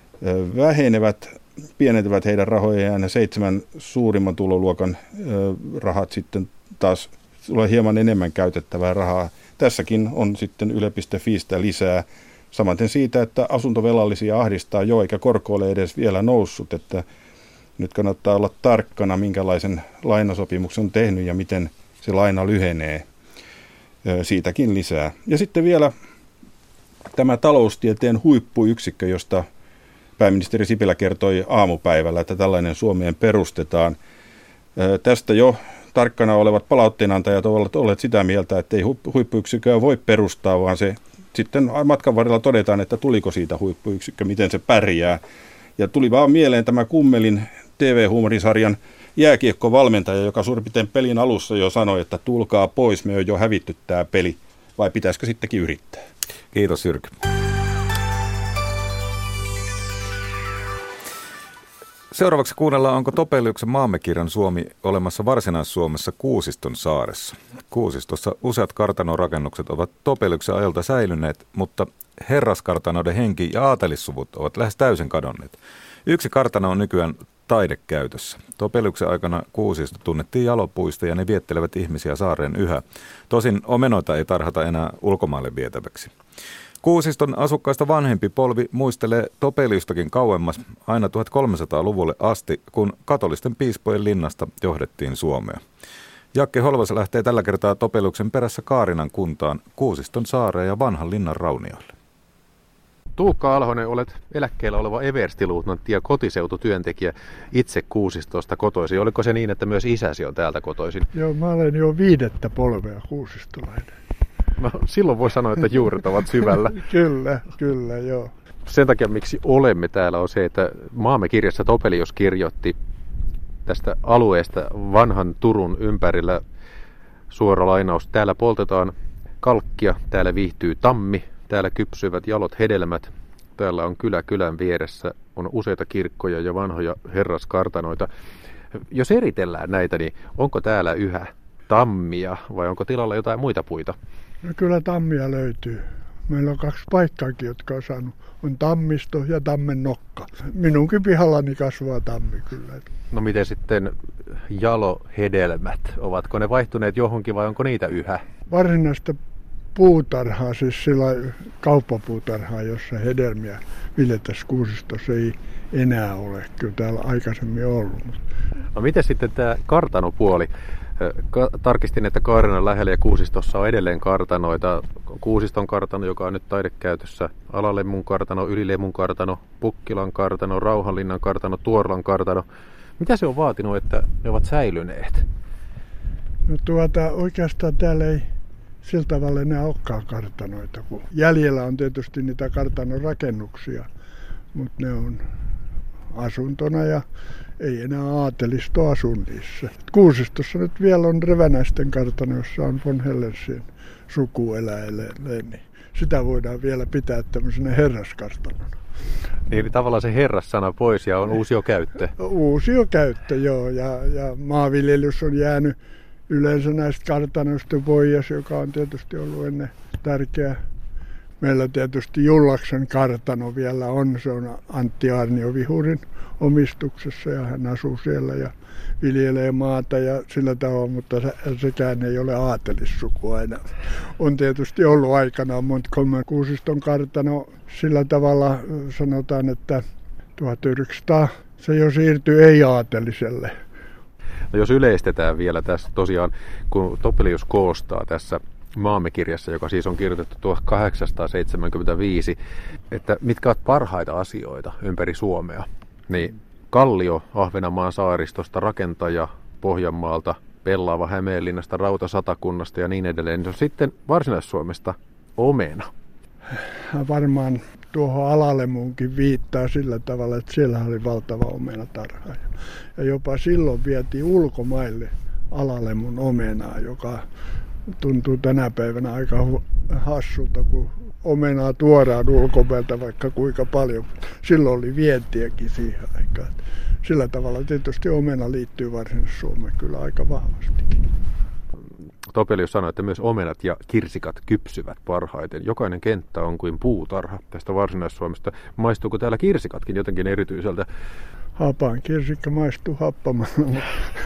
pienentävät heidän rahojaan ja 7 suurimman tuloluokan rahat sitten taas tulee hieman enemmän käytettävää rahaa. Tässäkin on sitten Yle.fiistä lisää. Samaten siitä, että asuntovelallisia ahdistaa jo eikä korko ole edes vielä noussut, että nyt kannattaa olla tarkkana, minkälaisen lainasopimuksen on tehnyt ja miten se laina lyhenee. Siitäkin lisää. Ja sitten vielä tämä taloustieteen huippuyksikkö, josta pääministeri Sipilä kertoi aamupäivällä, että tällainen Suomeen perustetaan. Tästä jo tarkkana olevat palautteenantajat ovat olleet sitä mieltä, että ei huippuyksikköä voi perustaa, vaan se sitten matkan varrella todetaan, että tuliko siitä huippuyksikkö, miten se pärjää. Ja tuli vaan mieleen tämä Kummelin TV-huumorisarjan jääkiekkovalmentaja, joka suurin piirtein pelin alussa jo sanoi, että tulkaa pois, me on jo hävitty tämä peli, vai pitäisikö sittenkin yrittää? Kiitos, Jyrki. Seuraavaksi kuunnellaan, onko Topeliuksen Maamme-kirjan Suomi olemassa Varsinais-Suomessa Kuusiston saaressa. Kuusistossa useat kartanorakennukset ovat Topeliuksen ajalta säilyneet, mutta herraskartanoiden henki ja aatelissuvut ovat lähes täysin kadonneet. Yksi kartano on nykyään taidekäytössä. Topeliuksen aikana Kuusisto tunnettiin jalopuista ja ne viettelevät ihmisiä saareen yhä. Tosin omenoita ei tarhata enää ulkomaille vietäväksi. Kuusiston asukkaista vanhempi polvi muistelee Topeliustakin kauemmas aina 1300-luvulle asti, kun katolisten piispojen linnasta johdettiin Suomea. Jakke Holvas lähtee tällä kertaa Topeliuksen perässä Kaarinan kuntaan, Kuusiston saareen ja vanhan linnan raunioille. Tuukka Alhonen, olet eläkkeellä oleva everstiluutnantti ja kotiseututyöntekijä, itse Kuusistosta kotoisin. Oliko se niin, että myös isäsi on täältä kotoisin? Joo, mä olen jo 5. polvea kuusistolainen. No, silloin voi sanoa, että juuret ovat syvällä. Kyllä, joo. Sen takia, miksi olemme täällä, on se, että Maamme kirjassa Topelius kirjoitti tästä alueesta vanhan Turun ympärillä, suora lainaus, täällä poltetaan kalkkia, täällä viihtyy tammi, täällä kypsyvät jalot hedelmät, täällä on kylä kylän vieressä, on useita kirkkoja ja vanhoja herraskartanoita. Jos eritellään näitä, niin onko täällä yhä tammia vai onko tilalla jotain muita puita? No kyllä tammia löytyy. Meillä on 2 paikkaakin, jotka on saanut. On tammisto ja tammen nokka. Minunkin pihallani kasvaa tammi kyllä. No miten sitten jalohedelmät? Ovatko ne vaihtuneet johonkin vai onko niitä yhä? Varsinaista puutarhaa, siis sillä kauppapuutarhaa, jossa hedelmiä viljettäisiin Kuusistossa ei enää ole. Kyllä täällä aikaisemmin ollut. No miten sitten tämä kartanopuoli? Tarkistin, että Kaarinan lähellä ja Kuusistossa on edelleen kartanoita. Kuusiston kartano, joka on nyt taidekäytössä, Alalemmun kartano, Ylilemmun kartano, Pukkilan kartano, Rauhanlinnan kartano, Tuorlan kartano. Mitä se on vaatinut, että ne ovat säilyneet? No oikeastaan täällä ei sillä tavalla enää olekaan kartanoita. Kun jäljellä on tietysti niitä kartanon rakennuksia, mutta ne on asuntona ja ei enää aatelisto asu niissä. Kuusistossa nyt vielä on Revänäisten kartano, jossa on von Hellensien suku niin sitä voidaan vielä pitää tämmöisenä herraskartanona. Niin tavallaan se herrassana pois ja on uusiokäyttö. Uusiokäyttö, joo. Ja maanviljelys on jäänyt yleensä näistä kartanoista pois, joka on tietysti ollut ennen tärkeä. Meillä tietysti Jullaksen kartano vielä on. Se on Antti Aarnio Vihurin omistuksessa ja hän asuu siellä ja viljelee maata ja sillä tavalla, mutta sekään ei ole aatelissukua enää. On tietysti ollut aikanaan Montgomery Kuusiston kartano sillä tavalla, sanotaan, että 1900 se jo siirtyi ei-aateliselle. No jos yleistetään vielä tässä tosiaan, kun Topelius koostaa tässä Maamme kirjassa, joka siis on kirjoitettu 1875, että mitkä ovat parhaita asioita ympäri Suomea, niin Kallio Ahvenanmaan saaristosta, Rakentaja Pohjanmaalta, Pellaava Hämeenlinnasta, Rauta Satakunnasta ja niin edelleen. Se on sitten Varsinais-Suomesta omena. Varmaan tuohon Alalemmuunkin viittaa sillä tavalla, että siellä oli valtava omenatarha. Ja jopa silloin vietiin ulkomaille Alalemmun omenaa, joka tuntuu tänä päivänä aika hassulta, kun omenaa tuodaan ulkomailta vaikka kuinka paljon. Silloin oli vientiäkin siihen aikaan. Sillä tavalla tietysti omena liittyy Varsinais-Suomeen kyllä aika vahvastikin. Topelius sanoi, että myös omenat ja kirsikat kypsyvät parhaiten. Jokainen kenttä on kuin puutarha tästä Varsinais-Suomesta. Maistuuko täällä kirsikatkin jotenkin erityiseltä? Hapan kirsikka maistuu happamalla.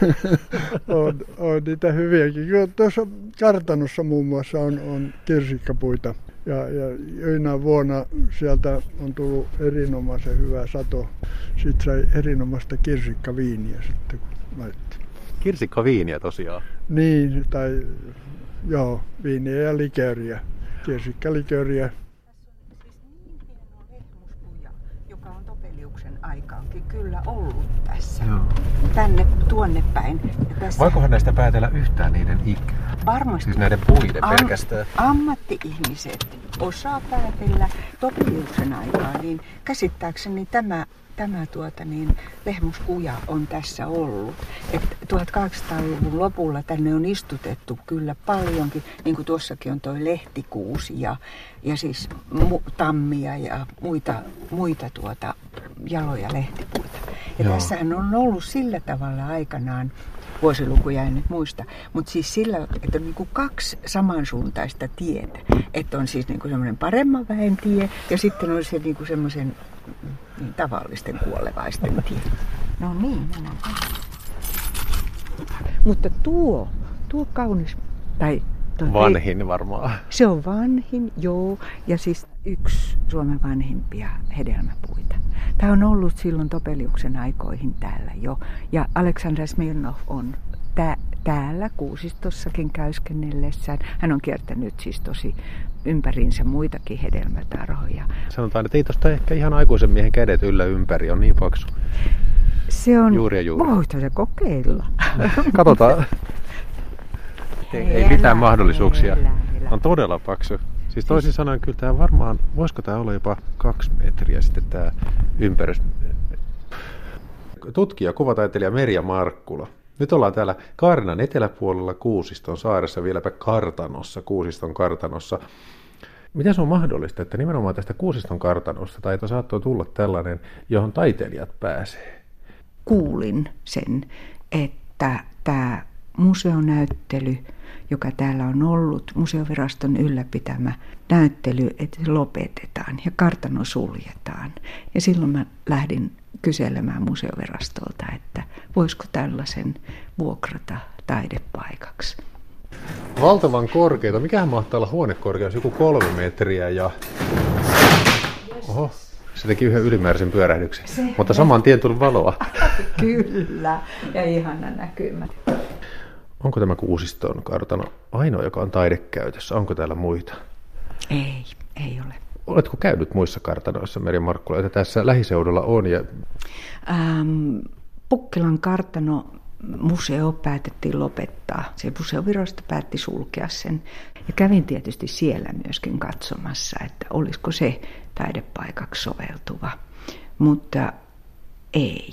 on niitä hyviäkin. Kyllä tuossa kartanossa muun muassa on kirsikkapuita. Ja joina vuonna sieltä on tullut erinomaisen hyvä sato. Sitten sai erinomaista kirsikkaviiniä sitten kun laittoi. Kirsikkaviiniä tosiaan? Niin, tai joo, viiniä ja likööriä. Kirsikkalikööriä. Aikaankin kyllä ollut tässä. Joo. Tuonne päin. Voikohan näistä päätellä yhtään niiden ikää? Varmasti. Siis näiden puiden pelkästään. Ammatti-ihmiset osaa päätellä Topeliuksen aikaa, niin käsittääkseni tämä lehmuskuja on tässä ollut. Et 1800-luvun lopulla tänne on istutettu kyllä paljonkin, niin kuin tuossakin on toi lehtikuusi ja siis tammia ja muita jaloja lehtipuita. Ja tässähän on ollut sillä tavalla aikanaan, vuosilukuja en nyt muista, mutta siis sillä, että on niinku 2 samansuuntaista tietä. Että on siis niinku semmoinen paremman väen tie ja sitten on se niinku semmoisen niin tavallisten kuolevaisten tie. No niin, mennään. Mutta tuo kaunis, tai vanhin varmaan. Se on vanhin, joo, ja siis yksi Suomen vanhimpia hedelmäpuita. Tämä on ollut silloin Topeliuksen aikoihin täällä jo, ja Aleksandr Smirnov on täällä Kuusistossakin käyskennellessään. Hän on kiertänyt siis tosi ympäriinsä muitakin hedelmätarhoja. Sanotaan, että ei tuosta ehkä ihan aikuisen miehen kädet yllä ympäri, on niin paksu. Se on, juuri. Voitko se kokeilla? Katsotaan. Ei mitään mahdollisuuksia. On todella paksu. Siis toisin sanoen kyllä tämä varmaan, voisiko tämä olla jopa 2 metriä sitten tämä ympärys. Tutkija, kuvataiteilija Merja Markkula. Nyt ollaan täällä Kaarinan eteläpuolella Kuusiston saaressa, vieläpä kartanossa, Kuusiston kartanossa. Miten se on mahdollista, että nimenomaan tästä Kuusiston kartanosta taito saattoi tulla tällainen, johon taiteilijat pääsee? Kuulin sen, että tämä museonäyttely, joka täällä on ollut, Museoviraston ylläpitämä näyttely, että se lopetetaan ja kartano suljetaan. Ja silloin mä lähdin kyselemään Museovirastolta, että voisiko tällaisen vuokrata taidepaikaksi. Valtavan korkeita. Mikähän mahtaa olla huonekorkeus? Joku 3 metriä ja... Oho, se teki yhden ylimääräisen pyörähdyksen. Mutta saman tien tuli valoa. Kyllä, ja ihana näkymä. Onko tämä Kuusiston kartano ainoa, joka on taidekäytössä? Onko täällä muita? Ei ole. Oletko käynyt muissa kartanoissa, Merja Markkula, joita tässä lähiseudulla on? Pukkilan kartano museo päätettiin lopettaa. Se museovirasto päätti sulkea sen. Ja kävin tietysti siellä myöskin katsomassa, että olisiko se taidepaikaksi soveltuva. Mutta ei.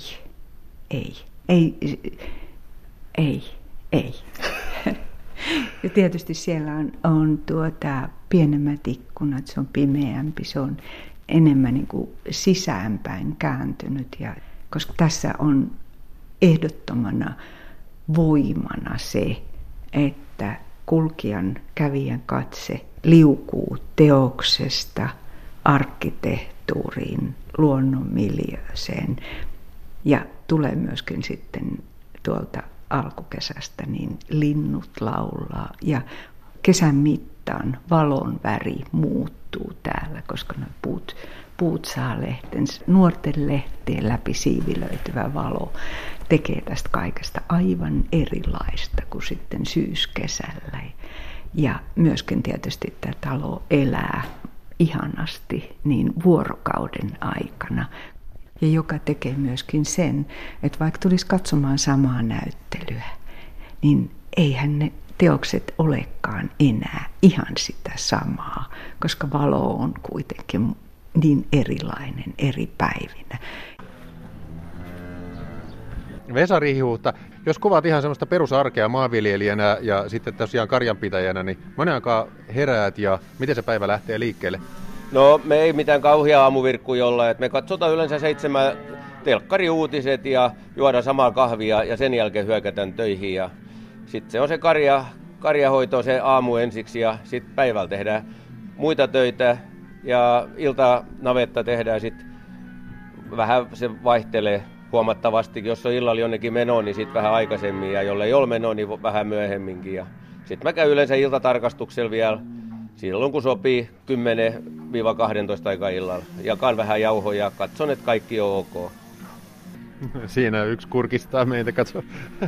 Ja tietysti siellä on pienemmät ikkunat, se on pimeämpi, se on enemmän niin kuin sisäänpäin kääntynyt. Koska tässä on ehdottomana voimana se, että kulkijan, kävijän katse liukuu teoksesta arkkitehtuuriin, luonnonmiljööseen ja tulee myöskin sitten tuolta alkukesästä, niin linnut laulaa ja kesän mittaan valon väri muuttuu täällä, koska nuo puut saa lehtensä. Nuorten lehtien läpi siivilöityvä valo tekee tästä kaikesta aivan erilaista kuin sitten syyskesällä. Ja myöskin tietysti tämä talo elää ihanasti niin vuorokauden aikana. Ja joka tekee myöskin sen, että vaikka tulisi katsomaan samaa näyttelyä, niin eihän ne teokset olekaan enää ihan sitä samaa, koska valo on kuitenkin niin erilainen eri päivinä. Vesa Riihihuhta, jos kuvaat ihan semmoista perusarkea maanviljelijänä ja sitten tosiaan karjanpitäjänä, niin monen aikaa heräät ja miten se päivä lähtee liikkeelle? No me ei mitään kauhia aamuvirkkuja olla, että me katsotaan yleensä 7 telkkariuutiset ja juodaan samaa kahvia ja sen jälkeen hyökätään töihin. Ja sitten se on se karjahoito se aamu ensiksi ja sitten päivällä tehdään muita töitä ja iltanavetta tehdään sitten vähän se vaihtelee huomattavasti. Jos on illalla jonnekin meno, niin sitten vähän aikaisemmin ja jollei ole meno, niin vähän myöhemminkin. Ja sitten mä käyn yleensä iltatarkastuksella vielä silloin kun sopii 10-12 aikaa illalla. Jakan vähän jauhoja ja katson, että kaikki on ok. Siinä yksi kurkistaa meitä, katso.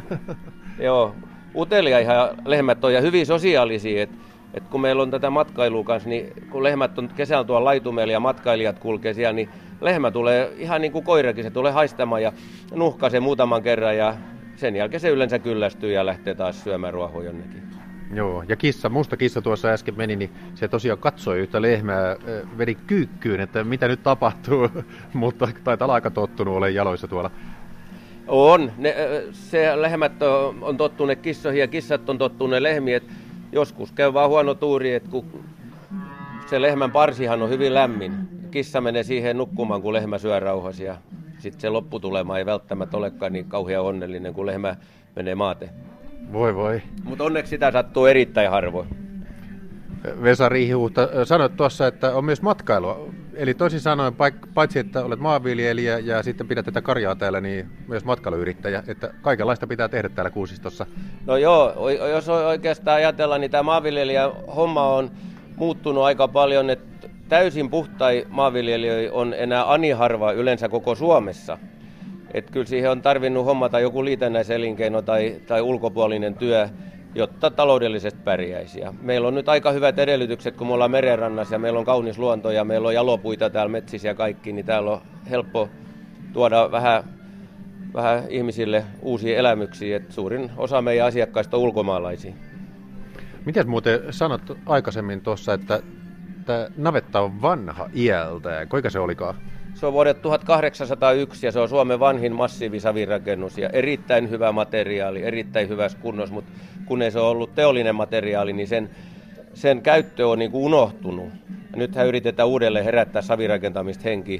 Joo, utelia ihan lehmät on ja hyvin sosiaalisia. Et kun meillä on tätä matkailua kanssa, niin kun lehmät on kesällä tuolla laitumella ja matkailijat kulkee siellä, niin lehmä tulee ihan niin kuin koirakin, se tulee haistamaan ja nuhkaa sen muutaman kerran ja sen jälkeen se yleensä kyllästyy ja lähtee taas syömään ruohoa jonnekin. Joo, ja musta kissa tuossa äsken meni, niin se tosiaan katsoi yhtä lehmää, vedi kyykkyyn, että mitä nyt tapahtuu, mutta taitaa olla aika tottunut olemaan jaloissa tuolla. On, se lehmät on tottuneet kissoihin ja kissat on tottuneet lehmiin, että joskus käy vaan huono tuuri, että kun se lehmän parsihan on hyvin lämmin, kissa menee siihen nukkumaan, kun lehmä syö rauhassa ja sitten se lopputulema ei välttämättä olekaan niin kauhean onnellinen, kun lehmä menee maate. Voi. Mutta onneksi sitä sattuu erittäin harvoin. Vesa Riihihuhta, sanoit tuossa, että on myös matkailua. Eli toisin sanoen, paitsi että olet maanviljelijä ja sitten pidät tätä karjaa täällä, niin myös matkailuyrittäjä. Että kaikenlaista pitää tehdä täällä Kuusistossa. No joo, jos oikeastaan ajatellaan, niin tämä maanviljelijä homma on muuttunut aika paljon. Että täysin puhtai maanviljelijöitä on enää ani harva yleensä koko Suomessa. Että kyllä siihen on tarvinnut hommata joku liitännäiselinkeino tai ulkopuolinen työ, jotta taloudellisesti pärjäisi. Ja meillä on nyt aika hyvät edellytykset, kun me ollaan merenrannassa ja meillä on kaunis luonto ja meillä on jalopuita täällä metsissä ja kaikki, niin täällä on helppo tuoda vähän ihmisille uusia elämyksiä. Et suurin osa meidän asiakkaista on ulkomaalaisia. Miten muuten sanot aikaisemmin tuossa, että tämä navetta on vanha iältä? Kuinka se olikaan? Se on vuodet 1801 ja se on Suomen vanhin massiivisavirakennus ja erittäin hyvä materiaali, erittäin hyvässä kunnossa, mutta kun ei se ole ollut teollinen materiaali, niin sen käyttö on niin kuin unohtunut. Ja nythän yritetään uudelleen herättää savirakentamista henkiin.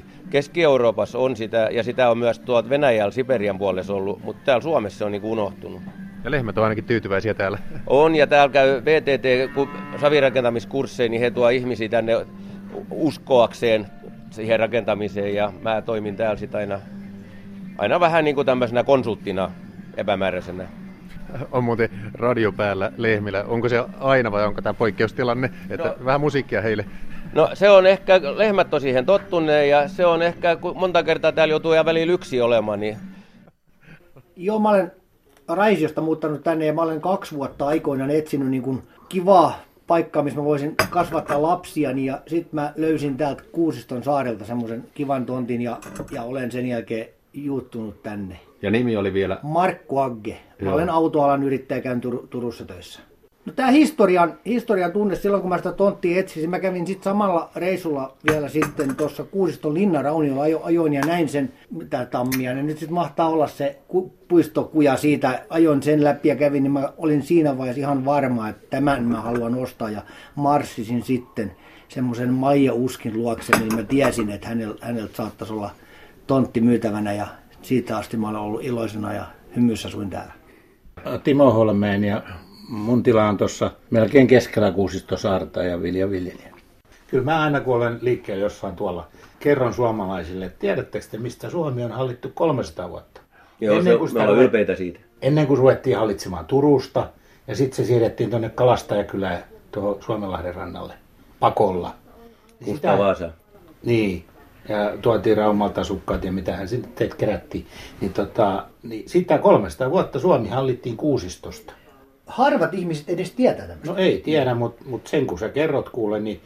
Keski-Euroopassa on sitä ja sitä on myös tuolta Venäjällä Siperian puolessa ollut, mutta täällä Suomessa se on niin kuin unohtunut. Ja lehmät on ainakin tyytyväisiä täällä. On, ja täällä käy VTT, kun savirakentamiskursseja, niin he tuo ihmisiä tänne uskoakseen siihen rakentamiseen, ja mä toimin täällä sitten aina vähän niin kuin tämmöisenä konsulttina epämääräisenä. On muuten radio päällä lehmillä. Onko se aina vai onko tämä poikkeustilanne? Että vähän musiikkia heille. No se on ehkä, lehmät on siihen tottuneet ja se on ehkä, kun monta kertaa täällä joutuu ja välillä yksin olemaan. Niin... Joo, mä olen Raisiosta muuttanut tänne ja mä olen 2 vuotta aikoinaan etsinyt niin kuin kivaa paikkaa, missä mä voisin kasvattaa lapsiani. Ja sit mä löysin täältä Kuusiston saarelta semmoisen kivan tontin ja olen sen jälkeen juuttunut tänne. Ja nimi oli vielä? Markku Agge. Mä olen autoalan yrittäjä, käyn Turussa töissä. No tää historian tunne, silloin kun mä sitä tonttia etsisin, mä kävin sitten samalla reissulla vielä sitten tuossa Kuusiston linnarauniolla ajoin ja näin sen, mitä tammia, ja nyt sitten mahtaa olla se puistokuja siitä, ajoin sen läpi ja kävin, niin mä olin siinä vaiheessa ihan varma, että tämän mä haluan ostaa ja marssisin sitten semmoisen Maija Uskin luokse, niin mä tiesin, että häneltä saattaisi olla tontti myytävänä ja siitä asti mä olen ollut iloisena ja hymyssä asuin täällä. Timo Holmeen ja mun tila on tuossa melkein keskellä Kuusistosaarta ja Vilja viljelijä. Kyllä mä aina kun olen liikkeellä jossain tuolla, kerron suomalaisille, että tiedättekö te mistä Suomi on hallittu 300 vuotta? Joo, me ollaan ylpeitä siitä. Ennen kuin ruvettiin hallitsemaan Turusta ja sitten se siirrettiin tuonne Kalastajakylään tuohon Suomenlahden rannalle pakolla. Kustaa Vaasa. Niin. Ja tuotiin Raumalta asukkaat ja mitähän sitten kerättiin. Niin sitä 300 vuotta Suomi hallittiin Kuusistosta. Harvat ihmiset edes tietää tämmöistä. No ei tiedä, mutta sen kun sä kerrot kuule, niin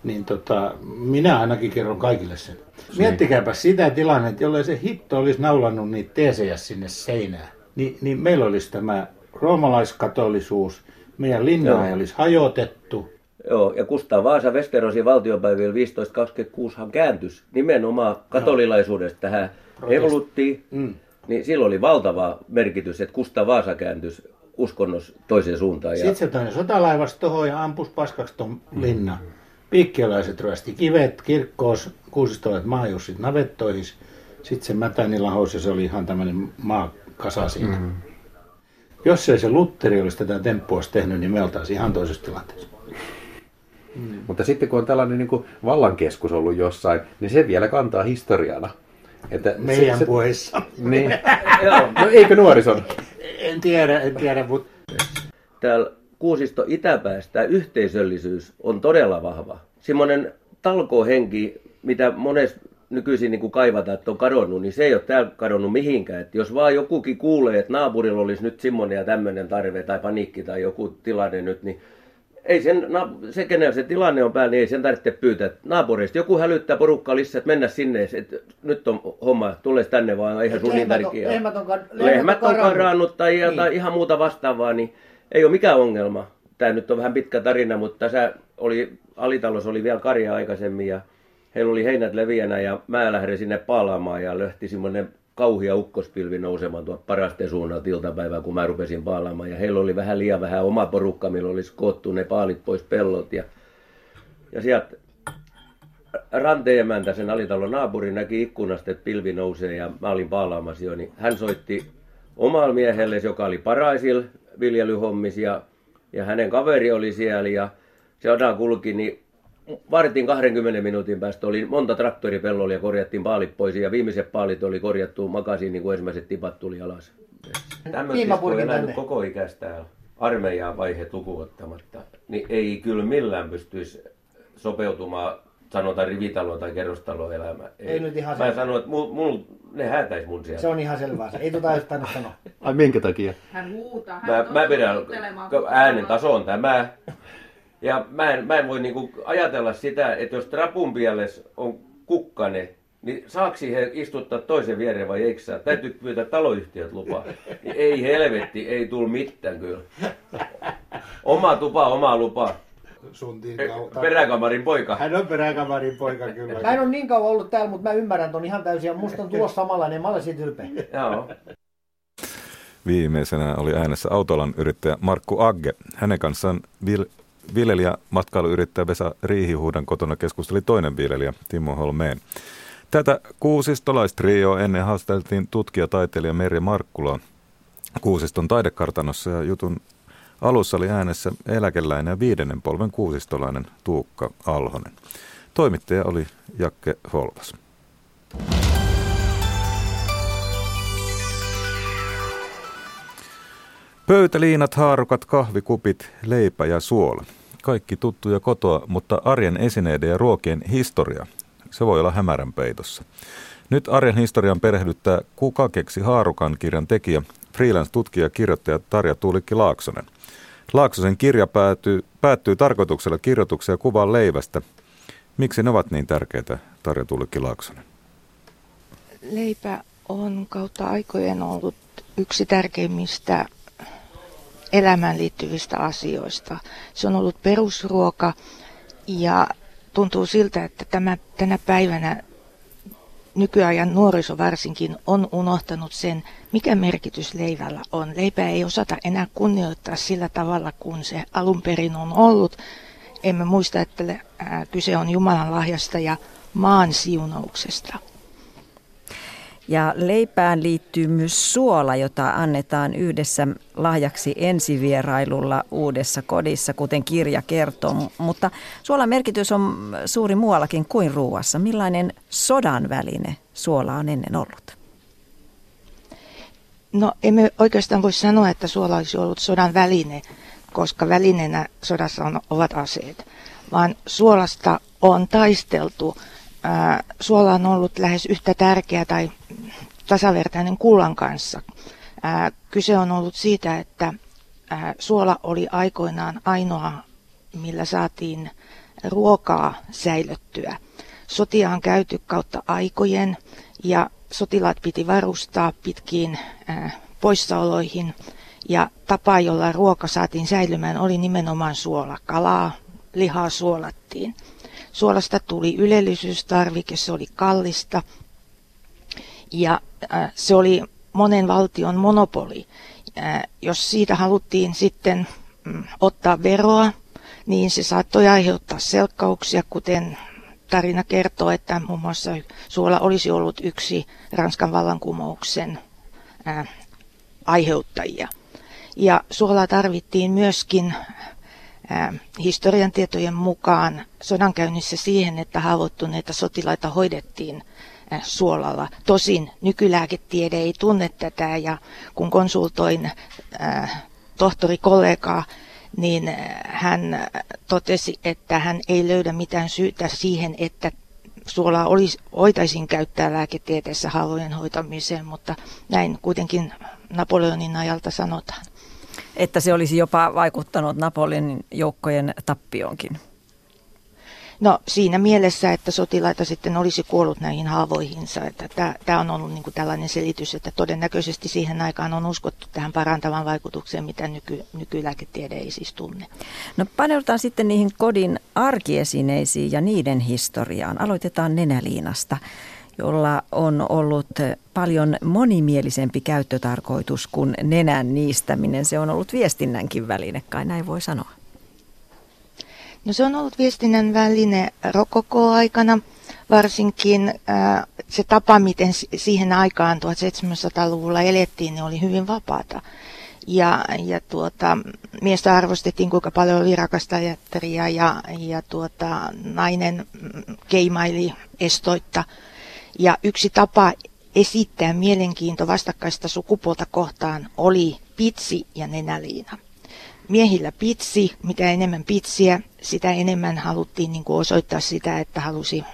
minä ainakin kerron kaikille sen. Miettikääpä sitä tilannetta, jollei se hitto olisi naulannut niitä teesejä sinne seinään. Niin meillä olisi tämä roomalaiskatolisuus, meidän linna ei olisi hajotettu. Joo, ja Kustaa Vaasa Westerosin valtiopäivillä 1526han kääntys nimenomaan katolilaisuudesta tähän evoluttiin. Niin silloin oli valtava merkitys, että Kustaa Vaasa kääntys uskonnossa toiseen suuntaan. Sitten se toinen sotalaivas tuohon ja ampus paskaksi ton linnan. Piikkialaiset ryösti kivet, kirkkoos, kuusistolaiset maajussit navettoihin. Sitten se Mätänillä hous ja se oli ihan tämmöinen maakasa siinä. Jos ei se Lutteri olisi tätä temppua tehnyt, niin me oltaisiin ihan toisessa tilanteessa. Mutta sitten kun on tällainen niin kuin vallankeskus ollut jossain, niin se vielä kantaa historiana. Että meidän puheissa. Niin. No eikö nuorison? En tiedä, mutta... Täällä Kuusisto itäpäässä tämä yhteisöllisyys on todella vahva. Semmoinen talkoohenki, mitä monessa nykyisin niin kuin kaivataan, että on kadonnut, niin se ei ole täällä kadonnut mihinkään. Että jos vaan jokukin kuulee, että naapurilla olisi nyt semmoinen ja tämmöinen tarve tai paniikki tai joku tilanne nyt, niin ei se kenellä se tilanne on päällä, niin ei sen tarvitse pyytää naapureista. Joku hälyttää porukkaa lisää, että mennä sinne, että nyt on homma, tulee tänne vaan, eihän sun niin tärkeää. Lehmät on karannut tai ihan muuta vastaavaa, niin ei ole mikään ongelma. Tämä nyt on vähän pitkä tarina, mutta tässä alitalossa oli vielä karja aikaisemmin ja heillä oli heinät leviänä ja mä lähdin sinne paalaamaan ja lähti semmoinen kauhia ukkospilvi nousemaan tuolta Parasteen suunnalta iltapäivää, kun mä rupesin paalaamaan. Ja heillä oli liian vähän oma porukka, millä olisi koottu ne paalit pois pellot. Ja sieltä ranteemäntä sen alitalon naapuri näki ikkunasta, että pilvi nousee ja mä olin paalaamassa jo. Niin hän soitti omalle miehelle, joka oli Paraisilla viljelyhommissa ja hänen kaveri oli siellä ja se Ada kulki, niin vartin 20 minuutin päästä oli monta traktoripellolla ja korjattiin paalit pois ja viimeiset paalit oli korjattu makasiin, niin kuin ensimmäiset tipat tuli alas. Tämmöistä kun on elänyt koko ikäistä täällä armeijan vaiheet lukuottamatta, niin ei kyllä millään pystyisi sopeutumaan sanotaan rivitalo- tai kerrostaloelämä. Ei nyt ihan mä sanon, että ne häätäisi mun sieltä. Se on ihan selvää. Ei edes tainnut sanoa. Ai minkä takia? Hän huutaa. Mä pidän äänen taso on tämä. Ja mä en voi niinku ajatella sitä, että jos trapun pielessä on kukkane, niin saako siihen istuttaa toisen viereen vai eikö saa? Täytyy pyytää taloyhtiöt lupaa. Ei helvetti, ei tule mitään kyllä. Oma tupa, oma lupa. Peräkamarin poika. Hän on peräkamarin poika kyllä. Mä en ole niin kauan ollut täällä, mutta mä ymmärrän ton ihan täysin ja musta on tulossa samanlainen. Mä olen siitä ylpeä. Joo. Viimeisenä oli äänessä autoalan yrittäjä Markku Agge. Hänen kanssaan viljelijä, matkailuyrittäjä Vesa Riihihuudan kotona keskusteli toinen viljelijä Timo Holmeen. Tätä kuusistolaistrioa ennen haasteltiin tutkija-taiteilija Merja Markkulaa. Kuusiston taidekartanossa ja jutun alussa oli äänessä eläkeläinen ja 5. polven kuusistolainen Tuukka Alhonen. Toimittaja oli Jakke Holvas. Pöytäliinat, haarukat, kahvikupit, leipä ja suola. Kaikki tuttuja kotoa, mutta arjen esineiden ja ruokien historia, se voi olla hämärän peitossa. Nyt arjen historian perehdyttää Kuka keksi haarukan -kirjan tekijä, freelance-tutkija ja kirjoittaja Tarja Tuulikki Laaksonen. Laaksosen kirja päättyy tarkoituksella kirjoituksia kuvaan leivästä. Miksi ne ovat niin tärkeitä, Tarja Tuulikki Laaksonen? Leipä on kautta aikojen ollut yksi tärkeimmistä elämään liittyvistä asioista. Se on ollut perusruoka ja tuntuu siltä, että tänä päivänä nykyajan nuoriso varsinkin on unohtanut sen, mikä merkitys leivällä on. Leipää ei osata enää kunnioittaa sillä tavalla, kun se alun perin on ollut. Emme muista, että kyse on Jumalan lahjasta ja maan siunauksesta. Ja leipään liittyy myös suola, jota annetaan yhdessä lahjaksi ensivierailulla uudessa kodissa, kuten kirja kertoo. Mutta suolan merkitys on suuri muuallakin kuin ruuassa. Millainen sodan väline suola on ennen ollut? No emme oikeastaan voi sanoa, että suola olisi ollut sodan väline, koska välineenä sodassa ovat aseet, vaan suolasta on taisteltu. Suola on ollut lähes yhtä tärkeä tai tasavertainen kullan kanssa. Kyse on ollut siitä, että suola oli aikoinaan ainoa, millä saatiin ruokaa säilöttyä. Sotia on käyty kautta aikojen ja sotilaat piti varustaa pitkiin poissaoloihin. Ja tapa, jolla ruoka saatiin säilymään, oli nimenomaan suola. Kalaa, lihaa suolattiin. Suolasta tuli ylellisyystarvike, se oli kallista ja se oli monen valtion monopoli. Jos siitä haluttiin sitten ottaa veroa, niin se saattoi aiheuttaa selkkauksia, kuten tarina kertoo, että muun muassa suola olisi ollut yksi Ranskan vallankumouksen aiheuttajia. Ja suolaa tarvittiin myöskin historian tietojen mukaan sodankäynnissä siihen, että haavoittuneita sotilaita hoidettiin suolalla. Tosin nykylääketiede ei tunne tätä ja kun konsultoin tohtorikollegaa, niin hän totesi, että hän ei löydä mitään syytä siihen, että suolaa voitaisiin käyttää lääketieteessä haavojen hoitamiseen, mutta näin kuitenkin Napoleonin ajalta sanotaan. Että se olisi jopa vaikuttanut Napoleonin joukkojen tappioonkin. No siinä mielessä, että sotilaita sitten olisi kuollut näihin haavoihinsa. Tämä on ollut niin kuin tällainen selitys, että todennäköisesti siihen aikaan on uskottu tähän parantavan vaikutukseen, mitä nykylääketiede ei siis tunne. No paneudutaan sitten niihin kodin arkiesineisiin ja niiden historiaan. Aloitetaan nenäliinasta, jolla on ollut paljon monimielisempi käyttötarkoitus kuin nenän niistäminen. Se on ollut viestinnänkin väline, kai näin voi sanoa. No se on ollut viestinnän väline rokokoaikana, varsinkin se tapa, miten siihen aikaan 1700-luvulla elettiin, niin oli hyvin vapaata. Ja miestä arvostettiin, kuinka paljon oli rakastajattaria ja nainen keimaili estoitta. Ja yksi tapa esittää mielenkiinto vastakkaista sukupuolta kohtaan oli pitsi ja nenäliina. Miehillä pitsi, mitä enemmän pitsiä, sitä enemmän haluttiin niin kuin osoittaa sitä, että halusi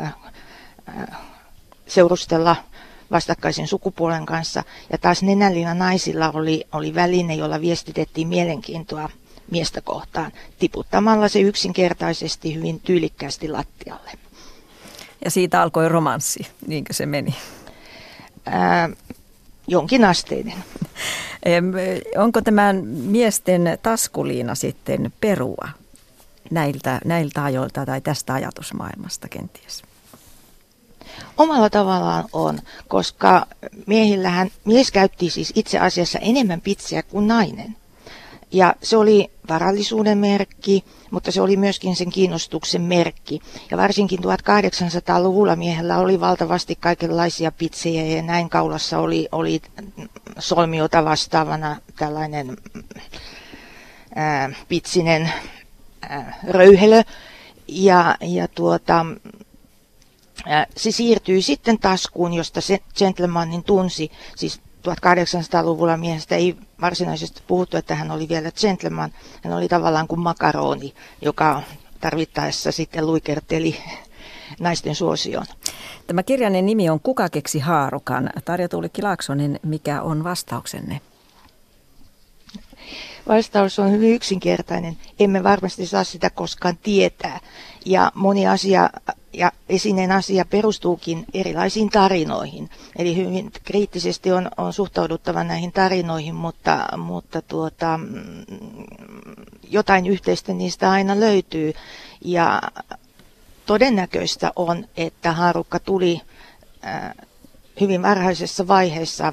seurustella vastakkaisen sukupuolen kanssa. Ja taas nenäliina naisilla oli väline, jolla viestitettiin mielenkiintoa miestä kohtaan, tiputtamalla se yksinkertaisesti hyvin tyylikkäästi lattialle. Ja siitä alkoi romanssi, niinkö se meni? Jonkinasteinen. Onko tämän miesten taskuliina sitten perua näiltä ajoilta tai tästä ajatusmaailmasta kenties? Omalla tavallaan on, koska mies käytti siis itse asiassa enemmän pitsiä kuin nainen. Ja se oli varallisuuden merkki, mutta se oli myöskin sen kiinnostuksen merkki. Ja varsinkin 1800-luvulla miehellä oli valtavasti kaikenlaisia pitsejä ja näin kaulassa oli solmiota vastaavana tällainen pitsinen röyhelö. Se siirtyi sitten taskuun, josta se gentlemanin tunsi, siis 1800-luvulla miehestä ei varsinaisesti puhuttu, että hän oli vielä gentleman. Hän oli tavallaan kuin makaroni, joka tarvittaessa sitten luikerteli naisten suosioon. Tämä kirjainen nimi on Kuka keksi haarukan? Tarja Tuulikki Laaksonen, mikä on vastauksenne? Vastaus on hyvin yksinkertainen. Emme varmasti saa sitä koskaan tietää. Ja moni asia ja esineen asia perustuukin erilaisiin tarinoihin. Eli hyvin kriittisesti on suhtauduttava näihin tarinoihin, mutta jotain yhteistä niistä aina löytyy. Ja todennäköistä on, että haarukka tuli hyvin varhaisessa vaiheessa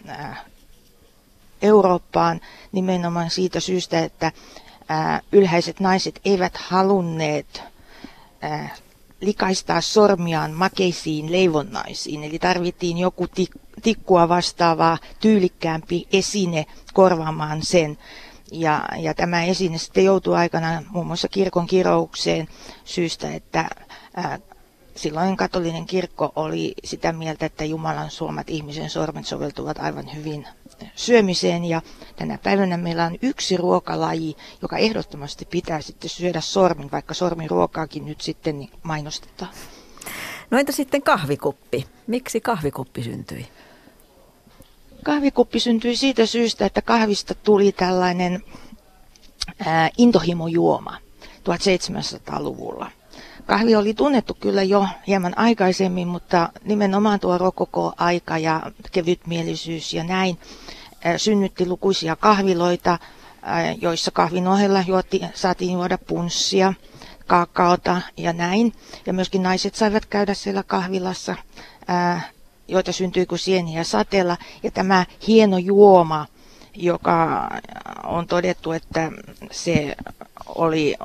Eurooppaan nimenomaan siitä syystä, että ylhäiset naiset eivät halunneet likaistaa sormiaan makeisiin leivonnaisiin. Eli tarvittiin joku tikkua vastaava tyylikkäämpi esine korvaamaan sen. Ja tämä esine sitten joutui aikanaan muun muassa kirkon kiroukseen syystä, että silloin katolinen kirkko oli sitä mieltä, että Jumalan suomat ihmisen sormet soveltuvat aivan hyvin syömiseen. Ja tänä päivänä meillä on yksi ruokalaji, joka ehdottomasti pitää sitten syödä sormin, vaikka sormiruokaakin nyt sitten mainostetaan. No entä sitten kahvikuppi? Miksi kahvikuppi syntyi? Kahvikuppi syntyi siitä syystä, että kahvista tuli tällainen intohimojuoma 1700-luvulla. Kahvi oli tunnettu kyllä jo hieman aikaisemmin, mutta nimenomaan tuo rokoko-aika ja kevytmielisyys ja näin synnytti lukuisia kahviloita, joissa kahvin ohella saatiin juoda punssia, kaakaota ja näin. Ja myöskin naiset saivat käydä siellä kahvilassa, joita syntyi kuin sieniä sateella. Ja tämä hieno juoma, joka on todettu, että se oli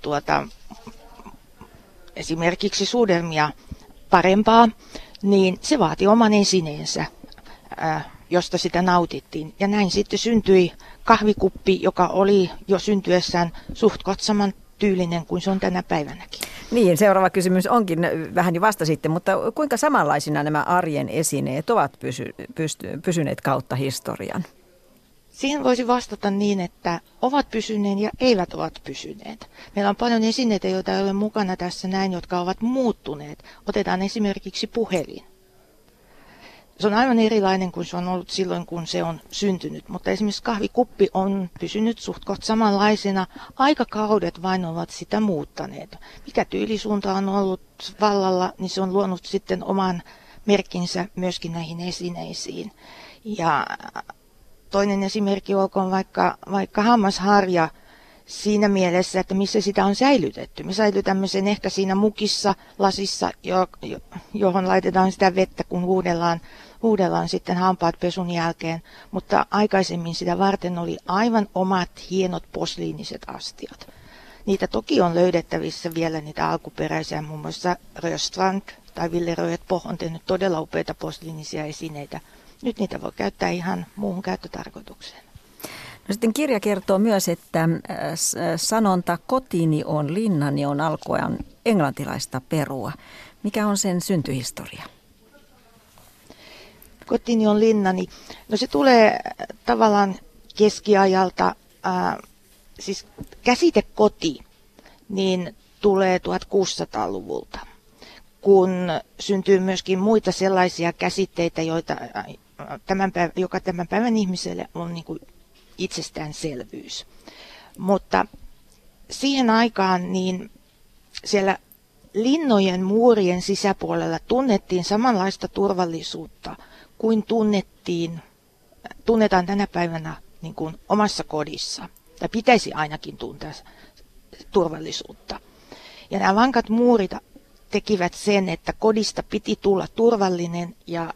esimerkiksi suudelmia parempaa, niin se vaati oman esineensä, josta sitä nautittiin. Ja näin sitten syntyi kahvikuppi, joka oli jo syntyessään suht saman tyylinen kuin se on tänä päivänäkin. Niin, seuraava kysymys onkin vähän jo vastasitte, mutta kuinka samanlaisina nämä arjen esineet ovat pysyneet kautta historian? Siihen voisi vastata niin, että ovat pysyneet ja eivät ovat pysyneet. Meillä on paljon esineitä, joita ei ole mukana tässä näin, jotka ovat muuttuneet. Otetaan esimerkiksi puhelin. Se on aivan erilainen kuin se on ollut silloin, kun se on syntynyt, mutta esimerkiksi kahvikuppi on pysynyt suht samanlaisena. Aikakaudet vain ovat sitä muuttaneet. Mikä tyylisuunta on ollut vallalla, niin se on luonut sitten oman merkkinsä myöskin näihin esineisiin. Ja toinen esimerkki olkoon vaikka hammasharja siinä mielessä, että missä sitä on säilytetty. Me säilytämme sen ehkä siinä mukissa, lasissa, johon laitetaan sitä vettä, kun huudellaan sitten hampaat pesun jälkeen. Mutta aikaisemmin sitä varten oli aivan omat hienot posliiniset astiat. Niitä toki on löydettävissä vielä niitä alkuperäisiä, muun muassa Röstrand tai Ville Röetpo on tehnyt todella upeita posliinisia esineitä. Nyt niitä voi käyttää ihan muuhun käyttötarkoitukseen. No sitten kirja kertoo myös, että sanonta kotini on linnani on alkuaan englantilaista perua. Mikä on sen syntyhistoria? Kotini on linnani. No se tulee tavallaan keskiajalta, siis käsite koti, niin tulee 1600-luvulta, kun syntyy myöskin muita sellaisia käsitteitä, joka tämän päivän ihmiselle on niin kuin itsestäänselvyys. Mutta siihen aikaan niin siellä linnojen muurien sisäpuolella tunnettiin samanlaista turvallisuutta kuin tunnetaan tänä päivänä niin kuin omassa kodissa. Tai pitäisi ainakin tuntea turvallisuutta. Ja nämä vankat muurit tekivät sen, että kodista piti tulla turvallinen ja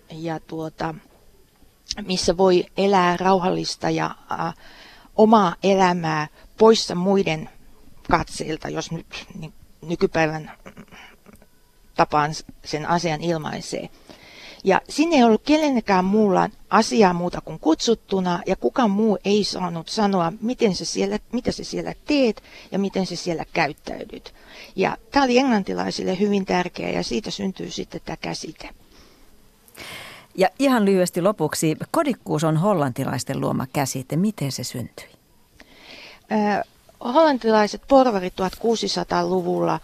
missä voi elää rauhallista ja omaa elämää poissa muiden katseilta, jos nyt nykypäivän tapaan sen asian ilmaisee. Ja sinne ei ollut kenenkään muulla asiaa muuta kuin kutsuttuna, ja kukaan muu ei saanut sanoa, mitä sä siellä teet ja miten sä siellä käyttäydyt. Ja tämä oli englantilaisille hyvin tärkeä, ja siitä syntyy sitten tämä käsite. Ja ihan lyhyesti lopuksi, kodikkuus on hollantilaisten luoma käsite. Miten se syntyi? Hollantilaiset porvarit 1600-luvulla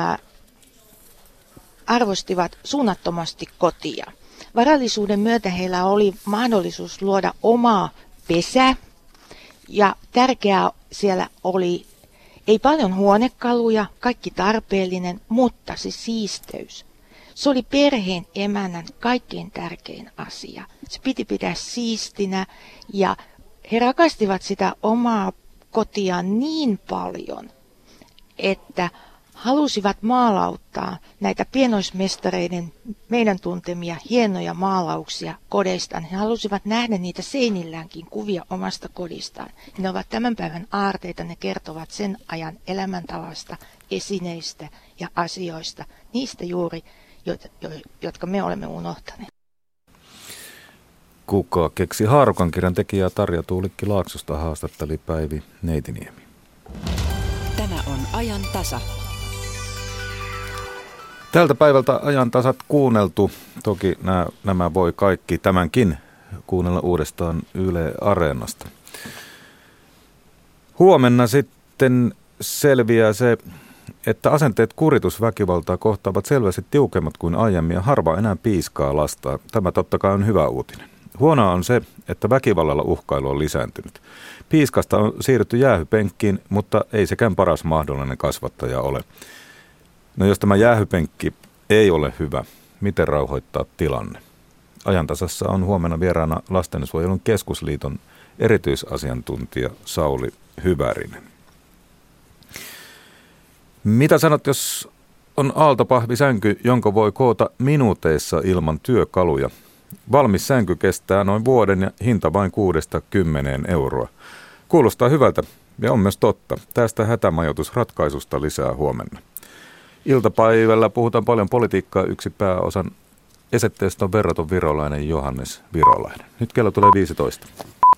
arvostivat suunnattomasti kotia. Varallisuuden myötä heillä oli mahdollisuus luoda oma pesä, ja tärkeää siellä oli ei paljon huonekaluja, kaikki tarpeellinen, mutta se siisteys. Se oli perheen emännän kaikkein tärkein asia. Se piti pitää siistinä, ja he rakastivat sitä omaa kotiaan niin paljon, että halusivat maalauttaa näitä pienoismestareiden meidän tuntemia hienoja maalauksia kodeistaan. He halusivat nähdä niitä seinilläänkin kuvia omasta kodistaan. Ne ovat tämän päivän aarteita, ne kertovat sen ajan elämäntavasta, esineistä ja asioista, niistä juuri, jotka me olemme unohtaneet. Kuka keksi haarukan kirjan tekijää Tarja Tuulikki Laaksosta haastatteli Päivi Neitiniemi. Tämä on ajan tasa. Tältä päivältä ajan tasat kuunneltu. Toki nämä voi kaikki tämänkin kuunnella uudestaan Yle Areenasta. Huomenna sitten selviää se, että asenteet kuritusväkivaltaa kohtaavat selvästi tiukemmat kuin aiemmin ja harva enää piiskaa lastaa. Tämä totta kai on hyvä uutinen. Huonoa on se, että väkivallalla uhkailu on lisääntynyt. Piiskasta on siirrytty jäähypenkkiin, mutta ei sekään paras mahdollinen kasvattaja ole. No jos tämä jäähypenkki ei ole hyvä, miten rauhoittaa tilanne? Ajantasassa on huomenna vieraana Lastensuojelun keskusliiton erityisasiantuntija Sauli Hyvärinen. Mitä sanot, jos on aaltopahvisänky, jonka voi koota minuuteissa ilman työkaluja? Valmis sänky kestää noin vuoden ja hinta vain 6-10 euroa. Kuulostaa hyvältä ja on myös totta. Tästä hätämajoitusratkaisusta lisää huomenna. Iltapäivällä puhutaan paljon politiikkaa. Yksi pääosan esitteestä on verraton virolainen Johannes Virolainen. Nyt kello tulee 15.